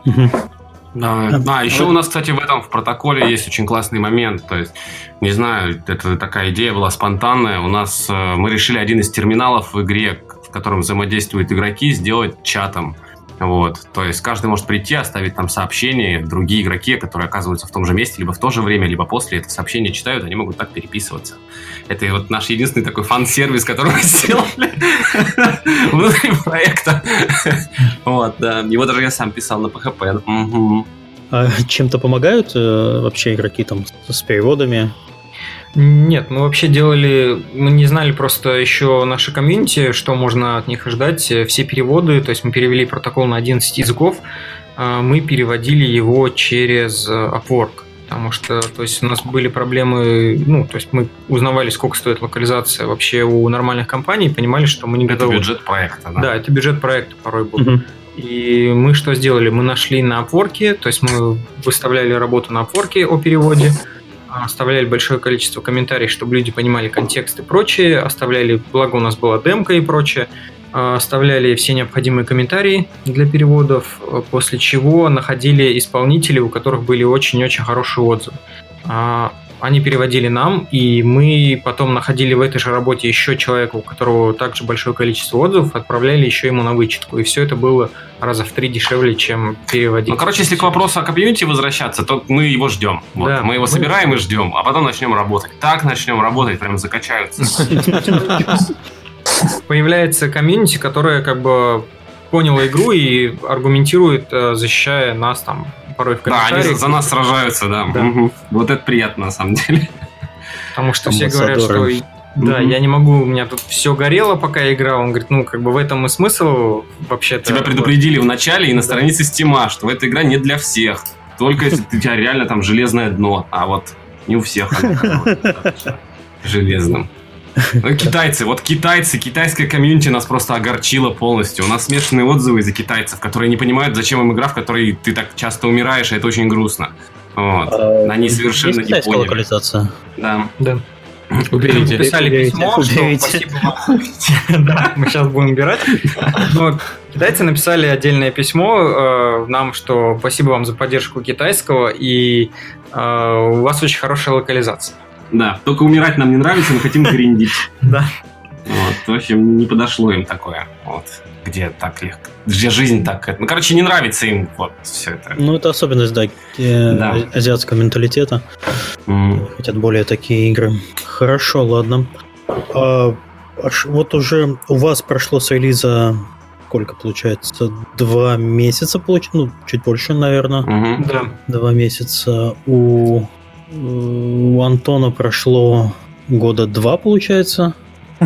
Да, еще у нас, кстати, в протоколе есть очень классный момент. То есть, не знаю, это такая идея была спонтанная. У нас мы решили один из терминалов в игре, в котором взаимодействуют игроки, сделать чатом. Вот. То есть каждый может прийти, оставить там сообщение, другие игроки, которые оказываются в том же месте, либо в то же время, либо после, это сообщение читают, они могут так переписываться. Это вот наш единственный такой фан-сервис, который мы сделали внутри проекта. Вот, да. Его даже я сам писал на PHP. А чем-то помогают вообще игроки там с переводами? Нет, мы вообще мы не знали просто еще наше комьюнити, что можно от них ждать. Все переводы, то есть мы перевели протокол на 11 языков, мы переводили его через Upwork, потому что, то есть, у нас были проблемы, то есть мы узнавали, сколько стоит локализация вообще у нормальных компаний, и понимали, что мы не готовы. Это бюджет проекта, да? Да, это бюджет проекта порой был. И мы что сделали? Мы нашли на Upwork, то есть мы выставляли работу на Upwork о переводе, оставляли большое количество комментариев, чтобы люди понимали контекст и прочее, оставляли, благо у нас была демка и прочее, оставляли все необходимые комментарии для переводов, после чего находили исполнителей, у которых были очень-очень хорошие отзывы. Они переводили нам, и мы потом находили в этой же работе еще человека, у которого также большое количество отзывов, отправляли еще ему на вычетку. И все это было раза в 3 дешевле, чем переводить. Если к вопросу о комьюнити возвращаться, то мы его ждем. Вот. Да, мы его собираем и ждем, а потом начнем работать. Так начнем работать, прям закачаются. Появляется комьюнити, которое как бы поняло игру и аргументирует, защищая нас там порой в комментариях. Да, они за нас сражаются, да. Вот это приятно на самом деле. Потому что все говорят, что да, я не могу, у меня тут все горело, пока я играл. Он говорит, в этом и смысл вообще-то. Тебя предупредили в начале и на странице Steam, что эта игра не для всех. Только если у тебя реально там железное дно. А вот не у всех оно железным. Китайцы, китайская комьюнити нас просто огорчила полностью. У нас смешанные отзывы из-за китайцев, которые не понимают, зачем им игра, в которой ты так часто умираешь, и это очень грустно. Вот. Они совершенно не поняли. Локализация? Да. Уберите. Писали письмо, что спасибо вам. Да, мы сейчас будем убирать. Но китайцы написали отдельное письмо нам, что спасибо вам за поддержку китайского, и у вас очень хорошая локализация. Да, только умирать нам не нравится, мы хотим гриндить. Да. Вот, в общем, не подошло им такое. Вот. Где так легко. Где жизнь так... Ну, короче, не нравится им вот все это. Ну, это особенность, да, азиатского менталитета. Хотят более такие игры. Хорошо, ладно. Вот уже у вас прошло с релиза... Сколько получается? 2 месяца, ну, чуть больше, наверное. Да. 2 месяца. У Антона прошло 2 года, получается.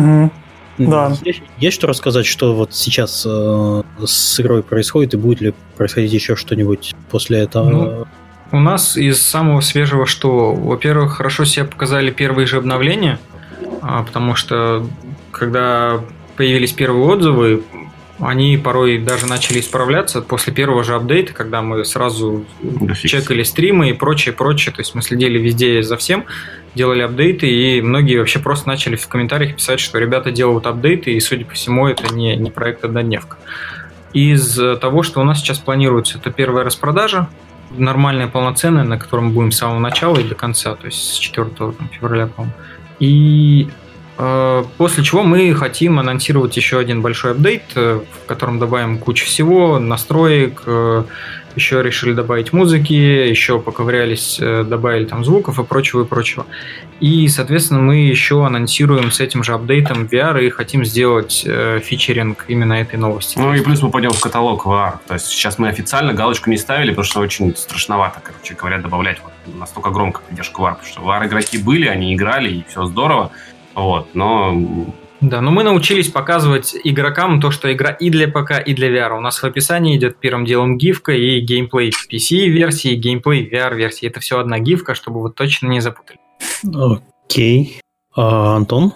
Да. Есть что рассказать, что вот сейчас с игрой происходит, и будет ли происходить еще что-нибудь после этого? Ну, у нас из самого свежего, что, во-первых, хорошо себя показали первые же обновления, потому что когда появились первые отзывы, они порой даже начали исправляться после первого же апдейта, когда мы сразу чекали стримы и прочее. То есть мы следили везде за всем, делали апдейты, и многие вообще просто начали в комментариях писать, что ребята делают апдейты, и, судя по всему, это не проект однодневка. Из того, что у нас сейчас планируется, это первая распродажа, нормальная, полноценная, на которой мы будем с самого начала и до конца, то есть с 4 февраля, по-моему. И после чего мы хотим анонсировать еще один большой апдейт, в котором добавим кучу всего, настроек, еще решили добавить музыки, еще поковырялись, добавили там звуков и прочего. И, соответственно, мы еще анонсируем с этим же апдейтом VR и хотим сделать фичеринг именно этой новости. Ну и плюс мы пойдем в каталог VR. То есть сейчас мы официально галочку не ставили, потому что очень страшновато, короче говоря, добавлять вот настолько громко поддержку VR. Потому что VR-игроки были, они играли, и все здорово. Вот, но... Да, но мы научились показывать игрокам то, что игра и для ПК, и для VR. У нас в описании идет первым делом гифка и геймплей PC-версии, геймплей VR-версии. Это все одна гифка, чтобы вы точно не запутали. Окей. Антон?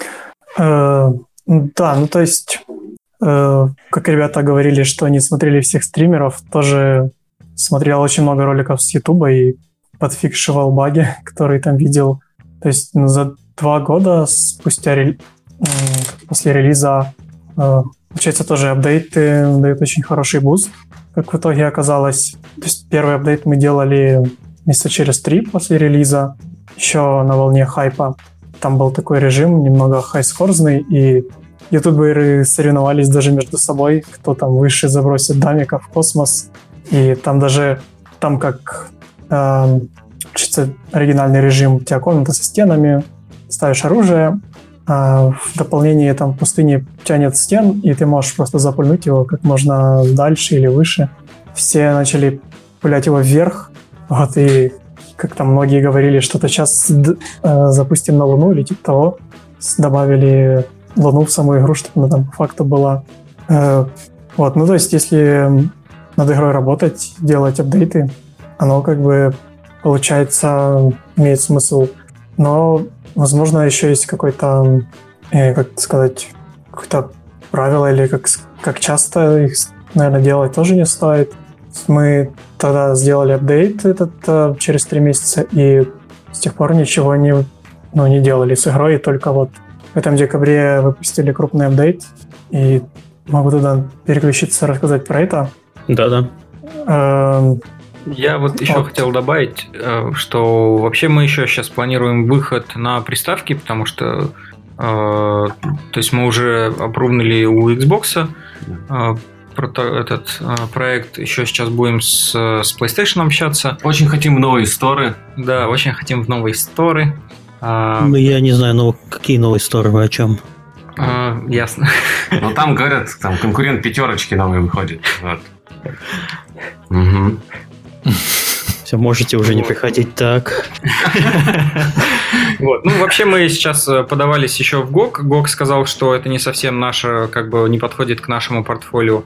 Да, ну то есть, как ребята говорили, что не смотрели всех стримеров, тоже смотрел очень много роликов с Ютуба и подфикшивал баги, которые там видел. То есть за 2 года спустя после релиза, получается, тоже апдейты дают очень хороший буст, как в итоге оказалось. То есть первый апдейт мы делали месяца через 3 после релиза, еще на волне хайпа. Там был такой режим, немного хайскорзный, и ютуберы соревновались даже между собой, кто там выше забросит дамика в космос. И там даже, там как оригинальный режим, у тебя комната со стенами, ставишь оружие, а в дополнение там в пустыне тянет стен, и ты можешь просто запульнуть его как можно дальше или выше. Все начали пулять его вверх, вот, и как там многие говорили, что-то сейчас запустим на Луну или типа того, добавили Луну в саму игру, чтобы она там по факту была. Вот, ну то есть если над игрой работать, делать апдейты, оно как бы получается имеет смысл, но возможно, еще есть какое-то, как сказать, какое-то правило или как часто их, наверное, делать тоже не стоит. Мы тогда сделали апдейт этот через 3 месяца, и с тех пор ничего не делали с игрой, и только вот в этом декабре выпустили крупный апдейт, и могу тогда переключиться, рассказать про это. Да-да. Я вот еще хотел добавить, что вообще мы еще сейчас планируем выход на приставки, потому что то есть мы уже опробовали у Xbox этот проект, еще сейчас будем с PlayStation общаться. Очень хотим в новые сторы. Да, очень хотим в новые сторы. Ну, я не знаю, какие новые сторы, вы о чем? Ясно. Ну, там говорят, там конкурент 5 новый выходит. Вот. Угу. Все, можете уже не приходить так. Вот. Ну, вообще мы сейчас подавались еще в GOG. GOG сказал, что это не совсем наше, как бы не подходит к нашему портфолио.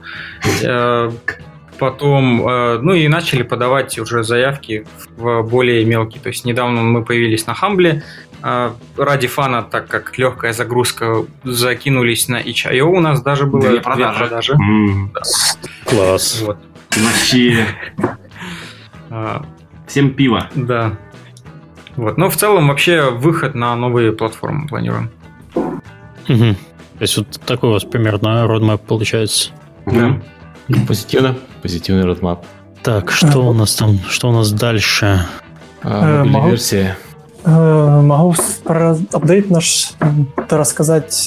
Потом, ну и начали подавать уже заявки в более мелкие. То есть недавно мы появились на Хамбле. Ради фана, так как легкая загрузка, закинулись на itch.io. У нас даже было 2 продажи. Да. Класс. Вот. Вообще... Всем пиво. Да. Вот. Но в целом вообще выход на новые платформы планируем. Угу. То есть вот такой у вас примерно roadmap получается. Да. Позитивный roadmap. Так, что у нас там? Что у нас дальше? Мобильная версия. Могу про апдейт наш рассказать.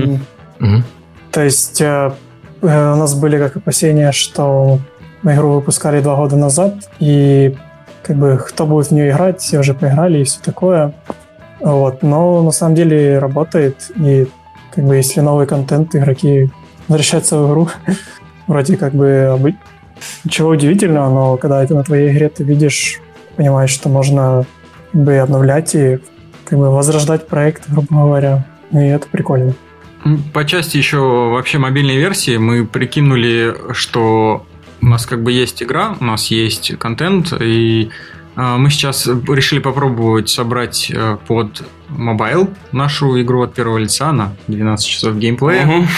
То есть у нас были как опасения, что мы игру выпускали 2 года назад, и как бы кто будет в нее играть, все уже поиграли и все такое. Вот. Но на самом деле работает, и как бы если новый контент, игроки возвращаются в игру. Вроде как бы ничего удивительного, но когда это на твоей игре ты видишь, понимаешь, что можно как бы обновлять и как бы возрождать проект, грубо говоря. И это прикольно. По части еще вообще мобильной версии мы прикинули, что у нас как бы есть игра, у нас есть контент, и мы сейчас решили попробовать собрать под мобайл нашу игру от первого лица на 12 часов геймплея.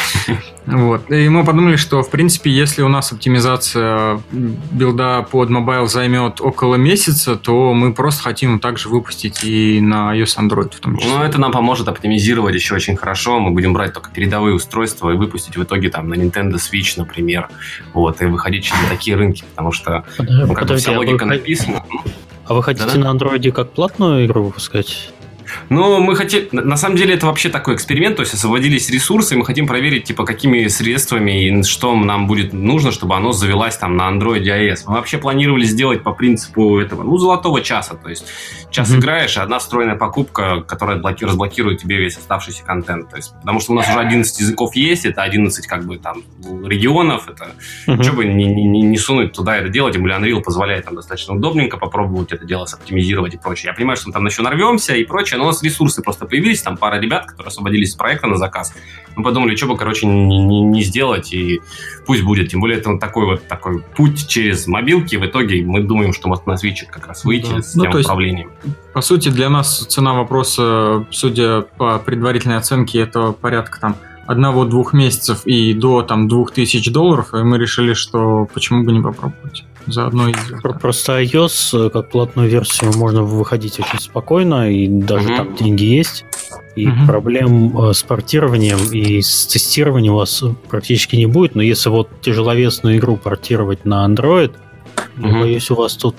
Вот. И мы подумали, что, в принципе, если у нас оптимизация билда под мобайл займет около месяца, то мы просто хотим также выпустить и на iOS, Android в том числе. Ну, это нам поможет оптимизировать еще очень хорошо. Мы будем брать только передовые устройства и выпустить в итоге там на Nintendo Switch, например. Вот, и выходить через такие рынки, потому что как бы вся логика написана. А вы хотите на Android как платную игру выпускать? Ну, мы хотим... На самом деле, это вообще такой эксперимент, то есть освободились ресурсы, и мы хотим проверить, типа, какими средствами и что нам будет нужно, чтобы оно завелось там на Android и iOS. Мы вообще планировали сделать по принципу этого, золотого часа, то есть час играешь, и одна встроенная покупка, которая разблокирует тебе весь оставшийся контент. То есть, потому что у нас уже 11 языков есть, это 11 как бы там регионов, это что бы не сунуть туда это делать, тем более Unreal позволяет там достаточно удобненько попробовать это дело оптимизировать и прочее. Я понимаю, что мы там еще нарвемся и прочее, но у нас ресурсы просто появились, там пара ребят, которые освободились с проекта на заказ. Мы подумали, что бы, короче, не сделать, и пусть будет. Тем более, это такой путь через мобилки. В итоге мы думаем, что может на Switch как раз выйти с тем управлением. По сути, для нас цена вопроса, судя по предварительной оценке, это порядка там 1-2 месяцев и до там $2000, и мы решили, что почему бы не попробовать заодно. Просто iOS как платную версию можно выходить очень спокойно, и даже там деньги есть, и проблем с портированием и с тестированием у вас практически не будет, но если вот тяжеловесную игру портировать на Android, я боюсь, у вас тут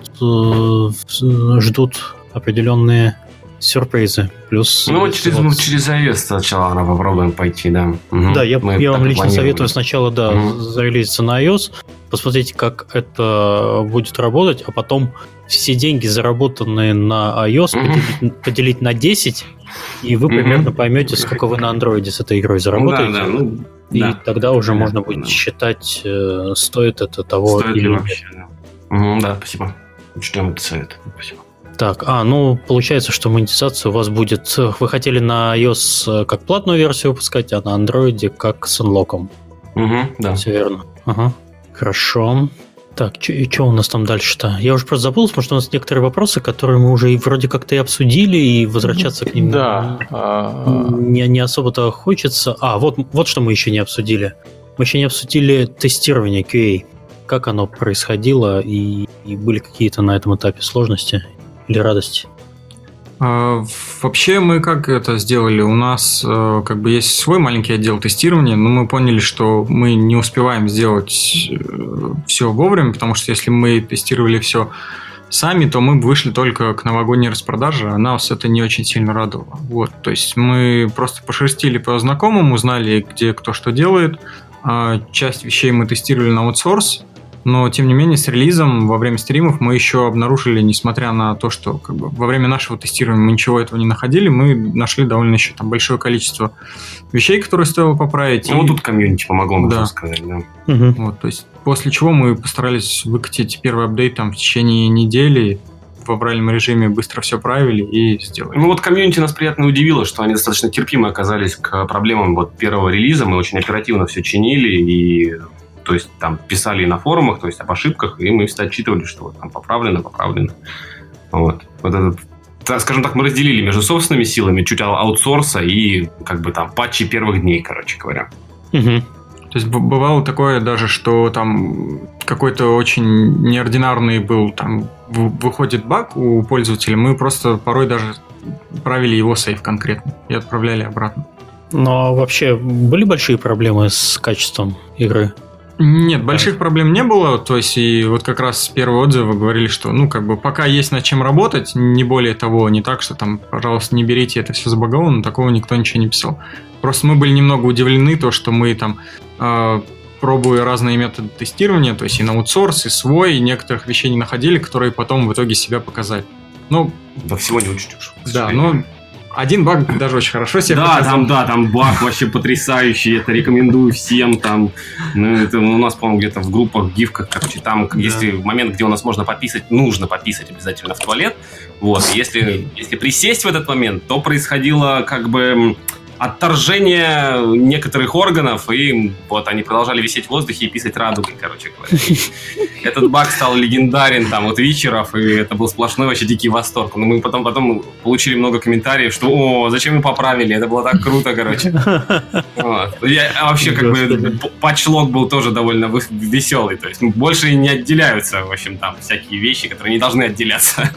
ждут определенные сюрпризы. Плюс через iOS сначала попробуем пойти, да. Да, я вам лично советую сначала, зарелизиться на iOS, посмотрите, как это будет работать, а потом все деньги, заработанные на iOS, поделить на 10, и вы примерно поймете, сколько вы на Android с этой игрой заработаете. И тогда уже можно будет считать, стоит это того или нет. Да, спасибо. Учтем этот совет. Спасибо. Так, получается, что монетизация у вас будет... Вы хотели на iOS как платную версию выпускать, а на Android как с анлоком. Да. Все верно. Хорошо. Так, что у нас там дальше-то? Я уже просто забыл, потому что у нас некоторые вопросы, которые мы уже вроде как-то и обсудили, и возвращаться к ним не особо-то хочется. Вот что мы еще не обсудили. Мы еще не обсудили тестирование QA. Как оно происходило, и были какие-то на этом этапе сложности или радости? Вообще мы как это сделали? У нас как бы есть свой маленький отдел тестирования, но мы поняли, что мы не успеваем сделать все вовремя, потому что если мы тестировали все сами, то мы бы вышли только к новогодней распродаже, а нас это не очень сильно радовало. Вот, то есть мы просто пошерстили по знакомым, узнали, где кто что делает. Часть вещей мы тестировали на аутсорс, но, тем не менее, с релизом во время стримов мы еще обнаружили, несмотря на то, что как бы, во время нашего тестирования мы ничего этого не находили, мы нашли довольно еще там большое количество вещей, которые стоило поправить. Вот тут комьюнити помогло, можно сказать. Да. Вот, то есть, после чего мы постарались выкатить первый апдейт там, в течение недели, в авральном режиме быстро все правили и сделали. Комьюнити нас приятно удивило, что они достаточно терпимо оказались к проблемам первого релиза, мы очень оперативно все чинили и... То есть там писали на форумах, то есть об ошибках, и мы всегда отчитывали, что вот там поправлено. Вот это, скажем так, мы разделили между собственными силами чуть аутсорса и как бы там патчи первых дней, короче говоря. То есть бывало такое даже, что там какой-то очень неординарный был, там выходит баг у пользователя, мы просто порой даже правили его сейв конкретно и отправляли обратно. Но вообще были большие проблемы с качеством игры? Нет, больших проблем не было, то есть и вот как раз первые отзывы говорили, что пока есть над чем работать, не более того, не так, что там, пожалуйста, не берите это все забаговано, такого никто ничего не писал. Просто мы были немного удивлены, то, что мы там, пробуя разные методы тестирования, то есть и на аутсорс, и свой, и некоторых вещей не находили, которые потом в итоге себя показали. Да всего не учтешь. Да, один баг даже очень хорошо себя показал. Там баг вообще потрясающий, это рекомендую всем. Там, это у нас, по-моему, где-то в группах, гифках, короче, там если момент, где у нас нужно пописать обязательно в туалет. Вот, если присесть в этот момент, то происходило отторжение некоторых органов, и вот они продолжали висеть в воздухе и писать радугой, короче говоря. Этот баг стал легендарен там от вечеров, и это был сплошной вообще дикий восторг. Но мы потом получили много комментариев, что зачем мы поправили, это было так круто, короче. Вообще патчлог был тоже довольно веселый, то есть больше не отделяются, в общем, там всякие вещи, которые не должны отделяться.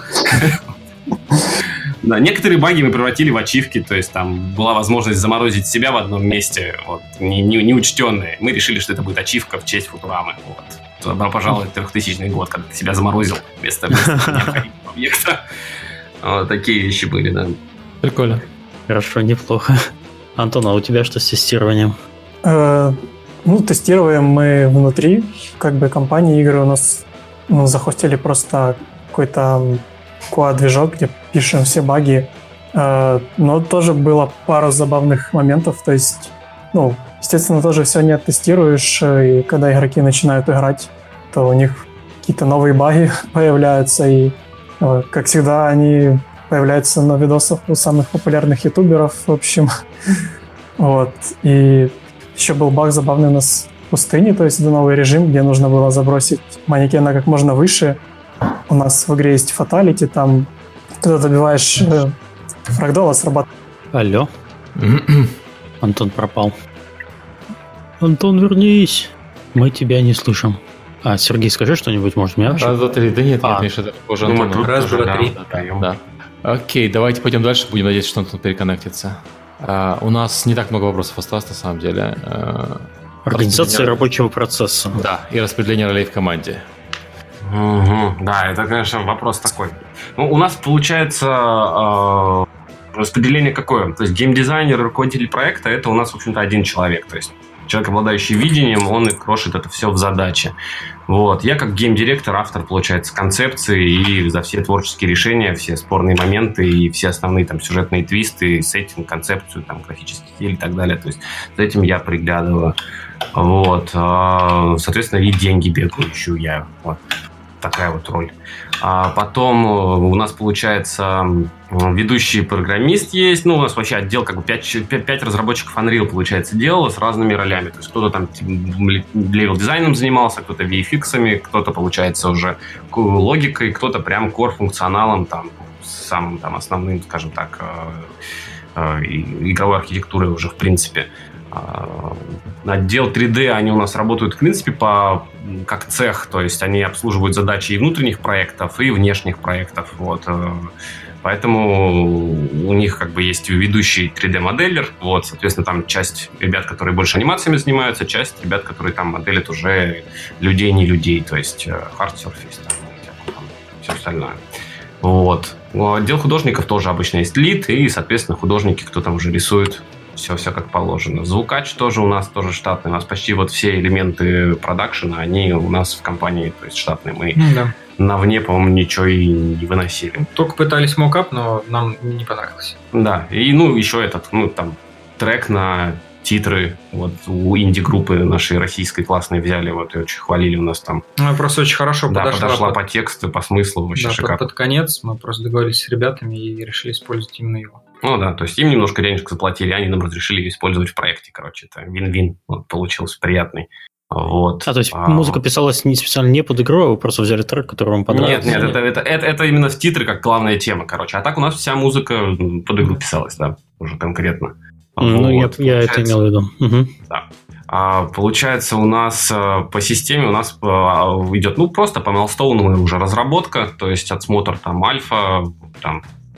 Да, некоторые баги мы превратили в ачивки, то есть там была возможность заморозить себя в одном месте, не учтенные. Мы решили, что это будет ачивка в честь Футурамы. Добро пожаловать в 3000 год, когда ты себя заморозил вместо необходимого объекта. Такие вещи были, да. Прикольно. Хорошо, неплохо. Антон, а у тебя что с тестированием? Тестируем мы внутри, компании игры у нас захостили просто какой-то QA-движок, где пишем все баги. Но тоже было пару забавных моментов. То есть, естественно, тоже все не оттестируешь. И когда игроки начинают играть, то у них какие-то новые баги появляются. И, как всегда, они появляются на видосах у самых популярных ютуберов. В общем, И еще был баг забавный у нас в пустыне. То есть, это новый режим, где нужно было забросить манекена как можно выше. У нас в игре есть фаталити, там когда добиваешь фрагдола, срабатывает. Алло. Антон пропал. Антон, вернись. Мы тебя не слышим. Сергей, скажи что-нибудь, может, меня вообще? Раз, два, три. Да нет, Миша, это уже Антон. Раз, два, три. Да. Окей, давайте пойдем дальше, будем надеяться, что Антон переконнектится. У нас не так много вопросов осталось, на самом деле. Организация рабочего процесса. Да, и распределение ролей в команде. Да, это, конечно, вопрос такой. У нас получается распределение какое? То есть геймдизайнер и руководитель проекта — это у нас, в общем-то, один человек. То есть человек, обладающий видением, он и крошит это все в задачи. Я как гейм-директор, автор, получается, концепции и за все творческие решения, все спорные моменты и все основные там сюжетные твисты, сеттинг, концепцию, там, графический стиль и так далее. То есть за этим я приглядываю. Соответственно, и деньги бегаю, ищу я. Такая роль. Потом у нас, получается, ведущий программист есть. У нас вообще отдел 5 разработчиков Unreal, получается, делало с разными ролями. То есть кто-то там левел-дизайном занимался, кто-то VFX-ами, кто-то, получается, уже логикой, кто-то прям core-функционалом, там, самым там, основным, скажем так, игровой архитектурой уже, в принципе. Отдел 3D, они у нас работают, в принципе, как цех, то есть они обслуживают задачи и внутренних проектов, и внешних проектов. Поэтому у них есть ведущий 3D-моделлер, соответственно, там часть ребят, которые больше анимациями занимаются, часть ребят, которые там моделят уже людей, не людей, то есть hard surface, там, все остальное. Отдел художников тоже обычно есть лид, и, соответственно, художники, кто там уже рисует все как положено. Звукач тоже у нас тоже штатный. У нас почти все элементы продакшена, они у нас в компании, то есть штатные. Мы навне, по-моему, ничего и не выносили. Только пытались мокап, но нам не понравилось. Да, и еще трек на титры у инди-группы нашей российской классной взяли, и очень хвалили у нас там. Просто очень хорошо подошла по тексту, по смыслу, вообще шикарно. Под конец мы просто договорились с ребятами и решили использовать именно его. То есть им немножко денежек заплатили, они нам разрешили ее использовать в проекте, это вин-вин получился приятный. То есть музыка писалась не специально не под игру, а вы просто взяли трек, который вам понравился? Нет, это именно в титры как главная тема, А так у нас вся музыка под игру писалась, да, уже конкретно. Я это имел в виду. Да. Получается, у нас по системе идет, просто по майлстоуну уже разработка, то есть отсмотр там альфа, там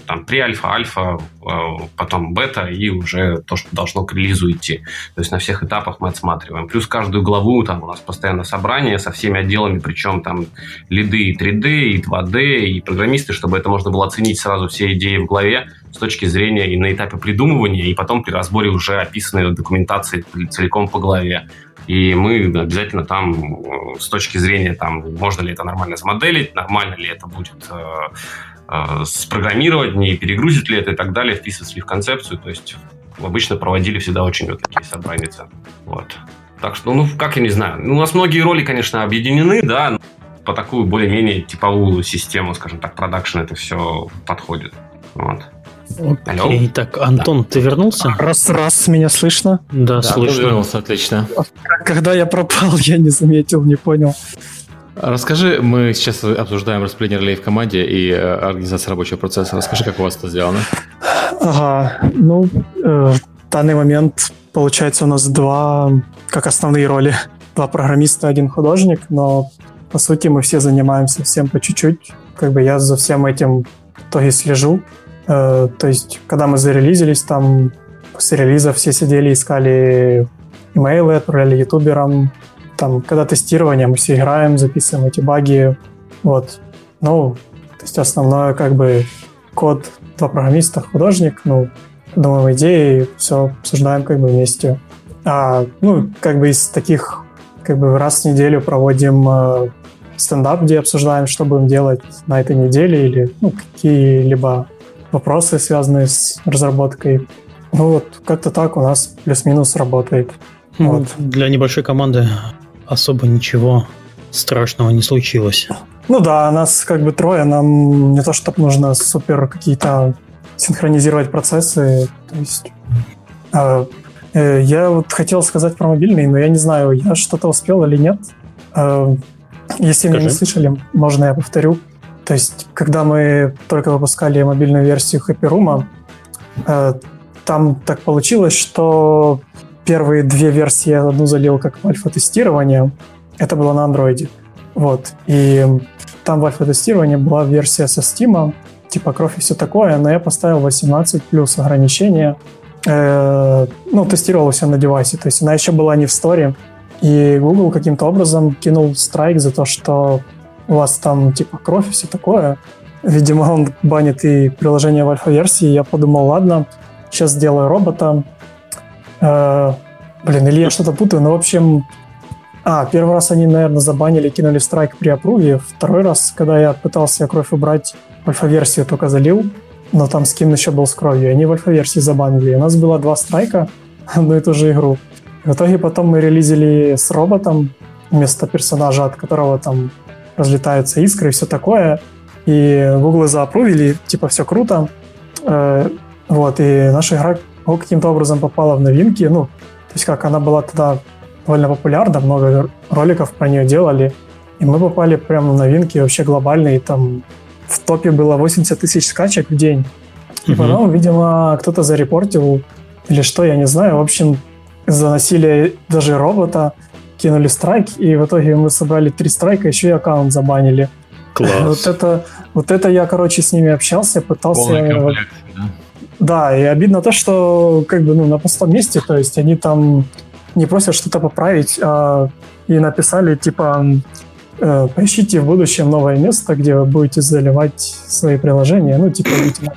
там pre-альфа, альфа, потом бета и уже то, что должно к релизу идти. То есть на всех этапах мы отсматриваем. Плюс каждую главу там у нас постоянно собрание со всеми отделами, причем там лиды и 3D, и 2D, и программисты, чтобы это можно было оценить сразу все идеи в главе с точки зрения и на этапе придумывания, и потом при разборе уже описанной документации целиком по главе. И мы обязательно там с точки зрения, там, можно ли это нормально замоделить, нормально ли это будет спрограммировать, не перегрузит ли это и так далее, вписывать ли в концепцию. То есть обычно проводили всегда очень вот такие собрания. Вот. Так что, как я не знаю. У нас многие роли, конечно, объединены, да, но по такую более-менее типовую систему, скажем так, продакшн это все подходит. Вот. Окей, так, Антон, ты вернулся? Раз меня слышно? Да, слышно. Вернулся, отлично. Когда я пропал, я не заметил, не понял. Расскажи, мы сейчас обсуждаем распределение ролей в команде и организацию рабочего процесса. Расскажи, как у вас это сделано. Ага, в данный момент, получается, у нас два, как основные роли. Два программиста, один художник, но, по сути, мы все занимаемся всем по чуть-чуть. Я за всем этим в итоге слежу. То есть, когда мы зарелизились, там после релиза все сидели, искали имейлы, отправляли ютуберам. Там, когда тестирование, мы все играем, записываем эти баги. Вот. То есть, основное, код, два программиста, художник, думаем идеи, все обсуждаем вместе. Из таких, раз в неделю проводим стендап, где обсуждаем, что будем делать на этой неделе, или какие-либо вопросы, связанные с разработкой. Как-то так у нас плюс-минус работает. Для небольшой команды особо ничего страшного не случилось. Нас трое, нам не то, чтобы нужно супер какие-то синхронизировать процессы. То есть я хотел сказать про мобильный, но я не знаю, я что-то успел или нет. Если меня не слышали, можно я повторю. То есть, когда мы только выпускали мобильную версию Happy Room, там так получилось, что первые две версии я одну залил как в альфа-тестирование. Это было на андроиде. И там в альфа-тестировании была версия со Steam, типа кровь и все такое, но я поставил 18 плюс ограничения. Тестировал все на девайсе. То есть она еще была не в сторе. И Google каким-то образом кинул страйк за то, что у вас там типа кровь и все такое. Видимо, он банит и приложение в альфа-версии. Я подумал, ладно, сейчас сделаю робота. Или я что-то путаю. В общем, первый раз они, наверное, забанили, кинули страйк при апруве. Второй раз, когда я пытался кровь убрать, в альфа-версию только залил, но там скин еще был с кровью. Они в альфа-версии забанили. У нас было 2 страйка, одну и ту же игру. В итоге потом мы релизили с роботом вместо персонажа, от которого там разлетаются искры и все такое. И Google заапрувили, типа все круто. И наша игра каким-то образом попала в новинки. То есть она была тогда довольно популярна, много роликов про нее делали. И мы попали прямо в новинки вообще глобальные. Там в топе было 80 тысяч скачек в день. И потом, видимо, кто-то зарепортил или что, я не знаю. В общем, заносили даже робота, кинули страйк, и в итоге мы собрали 3 страйка, еще и аккаунт забанили. Класс. Вот это я, с ними общался, пытался... Полный комплект, да? Да, и обидно то, что на пустом месте, то есть они там не просят что-то поправить, и написали, типа, поищите в будущем новое место, где вы будете заливать свои приложения. Видимо,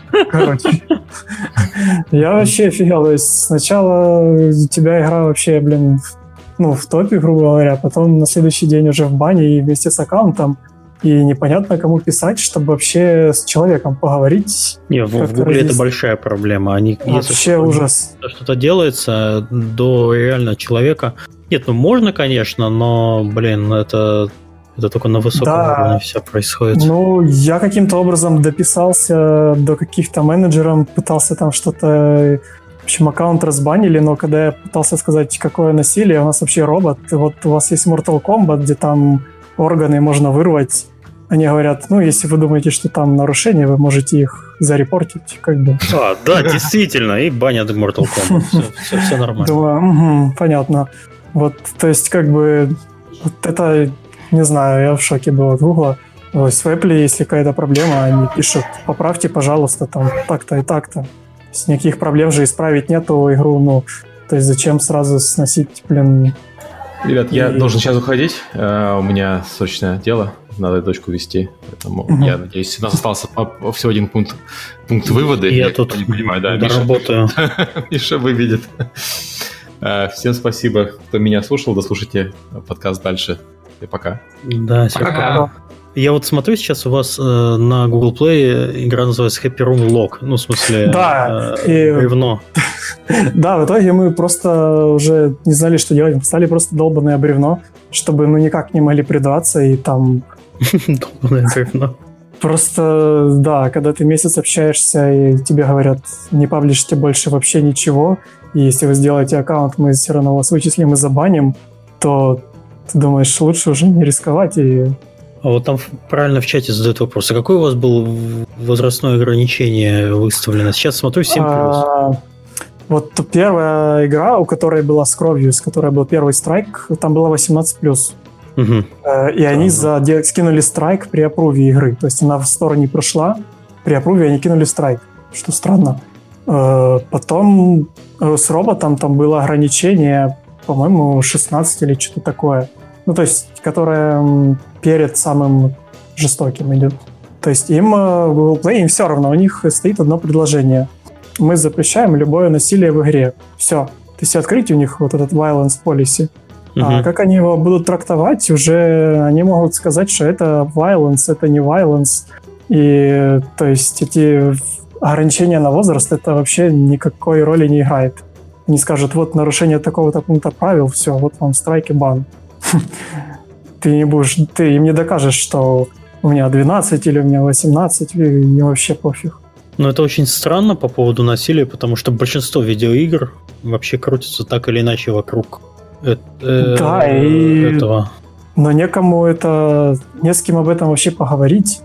Я вообще офигел. То есть сначала у тебя игра вообще, в топе, грубо говоря, потом на следующий день уже в бане и вместе с аккаунтом. И непонятно, кому писать, чтобы вообще с человеком поговорить. Не, в Гугле это большая проблема. Вообще ужас. Что-то делается до реально человека. Нет, можно, конечно, но, это только на высоком уровне все происходит. Я каким-то образом дописался до каких-то менеджеров, пытался там что-то... В общем, аккаунт разбанили, но когда я пытался сказать, какое насилие, у нас вообще робот. У вас есть Mortal Kombat, где там органы можно вырвать. Они говорят, если вы думаете, что там нарушения, вы можете их зарепортить, Да, действительно, и банят Mortal Kombat. Все нормально. Думаю, понятно. То есть, это, не знаю, я в шоке был от Гугла. То есть в Apple, если какая-то проблема, они пишут, поправьте, пожалуйста, там так-то и так-то. То есть никаких проблем же исправить нету игру, ну, то есть зачем сразу сносить, Ребят, я должен сейчас уходить, у меня срочное дело, надо дочку вести, поэтому я надеюсь, у нас остался всего один пункт вывода. Я тут не понимаю, да, доработаю. Миша выведет. Всем спасибо, кто меня слушал, дослушайте подкаст дальше. И пока. Да, пока. Я вот смотрю сейчас у вас на Google Play игра называется Happy Room Lock. Ну, в смысле, бревно. Да, в итоге мы просто уже не знали, что делать. Мы стали просто долбанное бревно, чтобы мы никак не могли придаться и там... Долбанное бревно. Просто, да, когда ты месяц общаешься и тебе говорят, не паблишите больше вообще ничего, и если вы сделаете аккаунт, мы все равно вас вычислим и забаним, то ты думаешь, лучше уже не рисковать и... А вот там правильно в чате задают вопрос. А какое у вас было возрастное ограничение выставлено? Сейчас смотрю 7+. Вот первая игра, у которой была с кровью, с которой был первый страйк, там было 18+. Угу. И они скинули страйк при апруве игры. То есть она в стороне прошла, при апруве они кинули страйк, что странно. Потом с роботом там было ограничение, по-моему, 16 или что-то такое. Ну, то есть, которое перед самым жестоким идет. То есть им в Google Play, им все равно, у них стоит одно предложение. Мы запрещаем любое насилие в игре. Все. То есть открыть у них вот этот violence policy. А как они его будут трактовать, уже они могут сказать, что это violence, это не violence. И то есть эти ограничения на возраст, это вообще никакой роли не играет. Они скажут, вот нарушение такого-то пункта правил, все, вот вам страйк и бан. Ты им не докажешь, что у меня 12 или у меня 18, и мне вообще пофиг. Ну, это очень странно по поводу насилия, потому что большинство видеоигр вообще крутятся так или иначе вокруг этого. Но некому не с кем об этом вообще поговорить.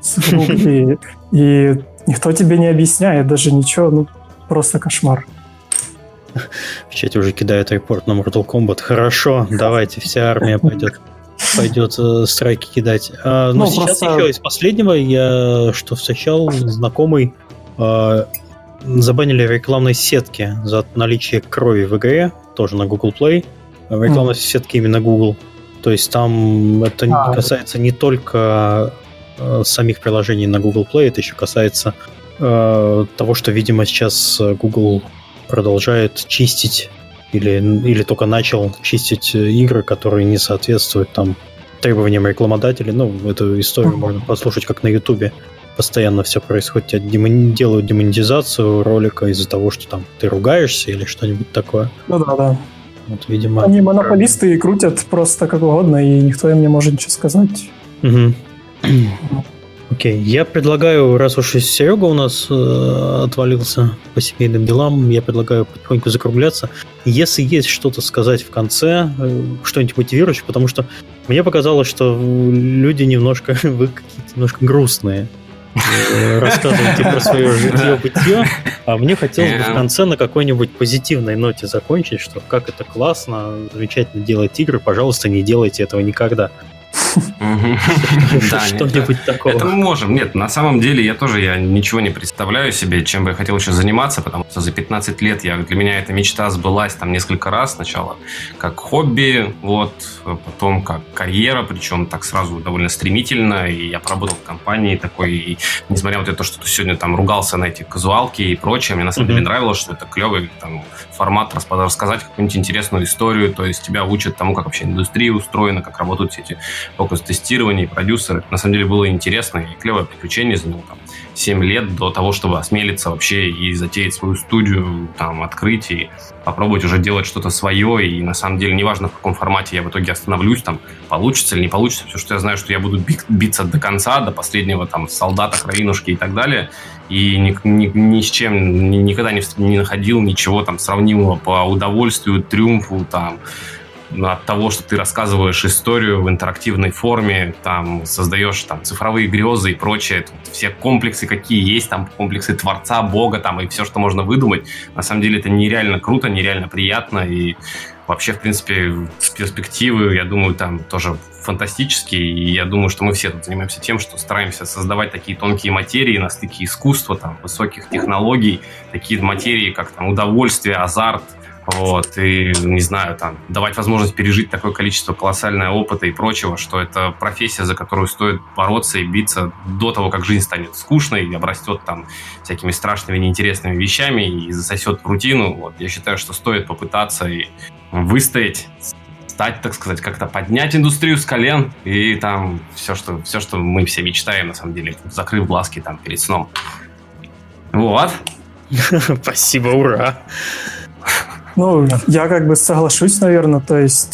И никто тебе не объясняет даже ничего, ну, просто кошмар. В чате уже кидают репорт на Mortal Kombat. Хорошо, давайте, вся армия пойдет страйки кидать. Но сейчас просто... еще из последнего я что встречал, знакомый забанили рекламной сетки за наличие крови в игре, тоже на Google Play. Рекламной сетки именно Google. То есть там это касается не только самих приложений на Google Play, это еще касается того, что, видимо, сейчас Google продолжает чистить или только начал чистить игры, которые не соответствуют там требованиям рекламодателей. Ну, эту историю можно послушать, как на Ютубе постоянно все происходит. Делают демонетизацию ролика из-за того, что там ты ругаешься или что-нибудь такое. Ну да. Вот, видимо... Они монополисты и крутят просто как угодно, и никто им не может ничего сказать. Угу. Окей, я предлагаю, раз уж Серега у нас отвалился по семейным делам, я предлагаю потихоньку закругляться. Если есть что-то сказать в конце, что-нибудь мотивирующее, потому что мне показалось, что люди вы какие-то немножко грустные. Рассказываете про свое житье-бытие, а мне хотелось бы в конце на какой-нибудь позитивной ноте закончить, что как это классно, замечательно делать игры, пожалуйста, не делайте этого никогда. Что-нибудь такого. Это мы можем. Нет, на самом деле я ничего не представляю себе, чем бы я хотел еще заниматься, потому что за 15 лет для меня эта мечта сбылась там несколько раз. Сначала как хобби, потом как карьера, причем так сразу довольно стремительно. И я поработал в компании такой, и несмотря на то, что ты сегодня там ругался на эти казуалки и прочее, мне на самом деле нравилось, что это клевый там формат рассказать какую-нибудь интересную историю, то есть тебя учат тому, как вообще индустрия устроена, как работают все эти фокус-тестирование, продюсеры. На самом деле было интересно и клевое приключение. Заняло там 7 лет до того, чтобы осмелиться вообще и затеять свою студию, там, открыть и попробовать уже делать что-то свое. И на самом деле неважно, в каком формате я в итоге остановлюсь, там, получится или не получится. Все, что я знаю, что я буду биться до конца, до последнего там солдата, кровинушки и так далее. И ни с чем никогда не находил ничего там сравнимого по удовольствию, триумфу, там, от того, что ты рассказываешь историю в интерактивной форме, там, создаешь там цифровые грезы и прочее, тут все комплексы, какие есть, там, комплексы Творца, Бога, там, и все, что можно выдумать, на самом деле это нереально круто, нереально приятно, и вообще, в принципе, с перспективы, я думаю, там тоже фантастические. И я думаю, что мы все тут занимаемся тем, что стараемся создавать такие тонкие материи на стыке искусства, там, высоких технологий, такие материи, как там удовольствие, азарт, вот, и, не знаю, там, давать возможность пережить такое количество колоссального опыта и прочего, что это профессия, за которую стоит бороться и биться до того, как жизнь станет скучной и обрастет там всякими страшными, неинтересными вещами и засосет в рутину. Вот, я считаю, что стоит попытаться и выстоять, стать, так сказать, как-то поднять индустрию с колен и там все, что мы все мечтаем, на самом деле, закрыв глазки там перед сном. Вот. Спасибо, ура! Ну, я как бы соглашусь, наверное, то есть,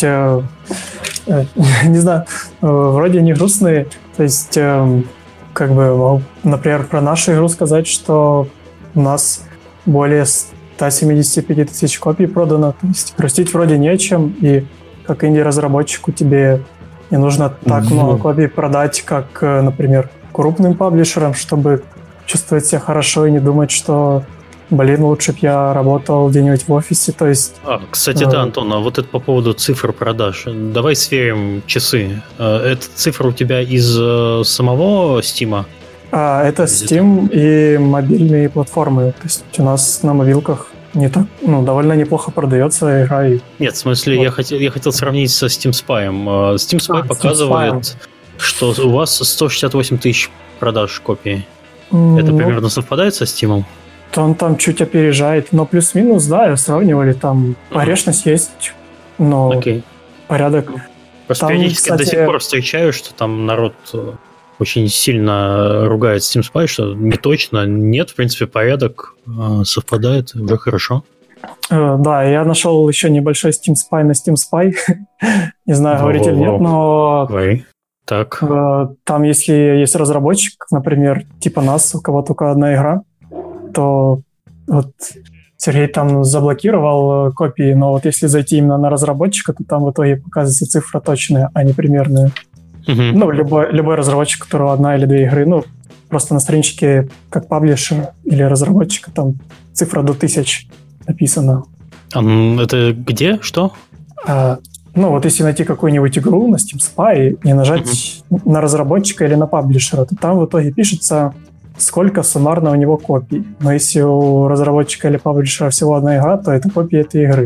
не знаю, вроде не грустные, то есть, как бы, например, про нашу игру сказать, что у нас более 175 тысяч копий продано, то есть грустить вроде нечем, и как инди-разработчику тебе не нужно так много копий продать, как, например, крупным паблишерам, чтобы чувствовать себя хорошо и не думать, что блин, лучше бы я работал где-нибудь в офисе, то есть... Кстати, да, Антон, а вот это по поводу цифр продаж. Давай сверим часы. Это цифра у тебя из самого Steam? Это Steam и мобильные платформы. То есть у нас на мобилках не так, довольно неплохо продается игра. Нет, в смысле, вот. я хотел сравнить со Steam Spy. Steam Spy показывает, что у вас 168 тысяч продаж копий. Это примерно совпадает со Steam? Он там чуть опережает, но плюс-минус, да, сравнивали, там погрешность есть, но порядок. Просто там, периодически, кстати, до сих пор встречаю, что там народ очень сильно ругает Steam Spy, что не точно, нет, в принципе, порядок совпадает, уже хорошо. Да, я нашел еще небольшой Steam Spy на Steam Spy, не знаю, говорить или нет, но... Так. Там, если есть разработчик, например, типа нас, у кого только одна игра, то вот Сергей там заблокировал копии, но вот если зайти именно на разработчика, то там в итоге показывается цифра точная, а не примерная. Ну, любой разработчик, у которого одна или две игры, просто на страничке как паблишер или разработчика там цифра до 1000 написана. Это где? Что? Вот если найти какую-нибудь игру на Steam Spy и нажать на разработчика или на паблишера, то там в итоге пишется, сколько суммарно у него копий. Но если у разработчика или паблишера всего одна игра, то это копии этой игры.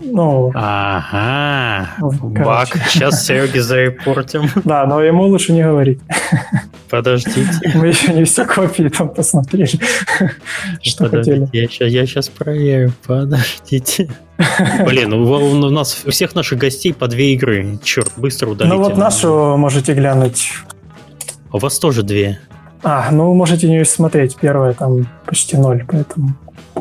Ага, баг, сейчас Сереге зарепортим. Да, но ему лучше не говорить. Подождите. Мы еще не все копии там посмотрели, что хотели. Я сейчас проверю, подождите. Блин, у нас у всех наших гостей по 2 игры. Черт, быстро удалите. Вот нашу можете глянуть. У вас тоже 2. Можете не смотреть. Первая там почти 0, поэтому...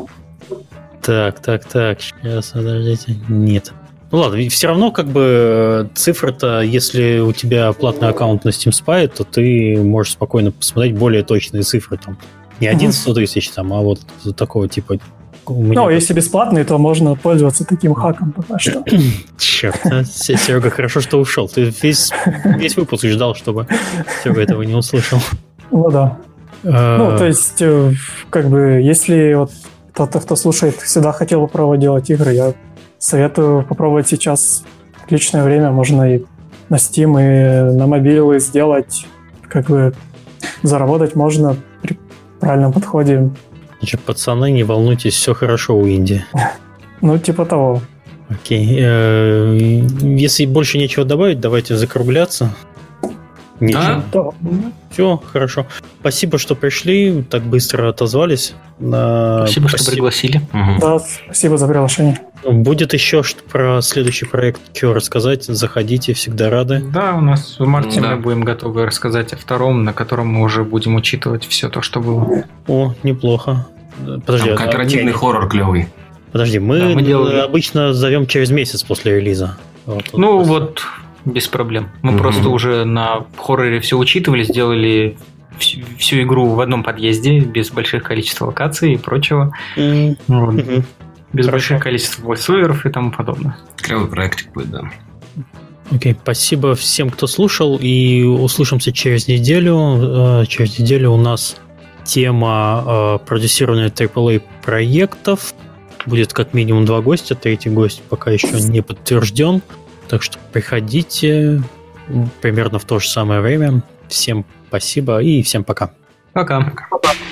Так, сейчас, подождите. Нет. Ладно, все равно как бы цифры-то, если у тебя платный аккаунт на Steam Spy, то ты можешь спокойно посмотреть более точные цифры там. Не 11 тысяч там, а вот такого типа... если бесплатный, то можно пользоваться таким хаком пока что. Черт, Серега, хорошо, что ушел. Ты весь выпуск ждал, чтобы Серега этого не услышал. Да. То есть, как бы, если вот кто-то, кто слушает, всегда хотел попробовать делать игры, я советую попробовать сейчас. Отличное время, можно и на Steam, и на мобилы сделать, как бы, заработать можно при правильном подходе. Значит, пацаны, не волнуйтесь, все хорошо у инди. Типа того. Окей. Если больше нечего добавить, давайте закругляться. Ничего. Все, хорошо. Спасибо, что пришли, так быстро отозвались. Спасибо, что пригласили. Да, спасибо за приглашение. Будет еще что про следующий проект что рассказать, заходите, всегда рады. Да, у нас в марте мы будем готовы рассказать о втором, на котором мы уже будем учитывать все то, что было. О, неплохо. Подожди, там кооперативный хоррор клевый. Подожди, мы обычно зовем через месяц после релиза. Без проблем. Мы просто уже на хорроре все учитывали, сделали всю игру в одном подъезде, без больших количеств локаций и прочего. Без больших количеств войсоверов и тому подобное. Клевый проектик будет, да. Окей, спасибо всем, кто слушал, и услышимся через неделю. Через неделю у нас тема продюсирования AAA проектов. будет как минимум 2 гостя, третий гость пока еще не подтвержден. Так что приходите примерно в то же самое время. Всем спасибо и всем пока. Пока. Пока.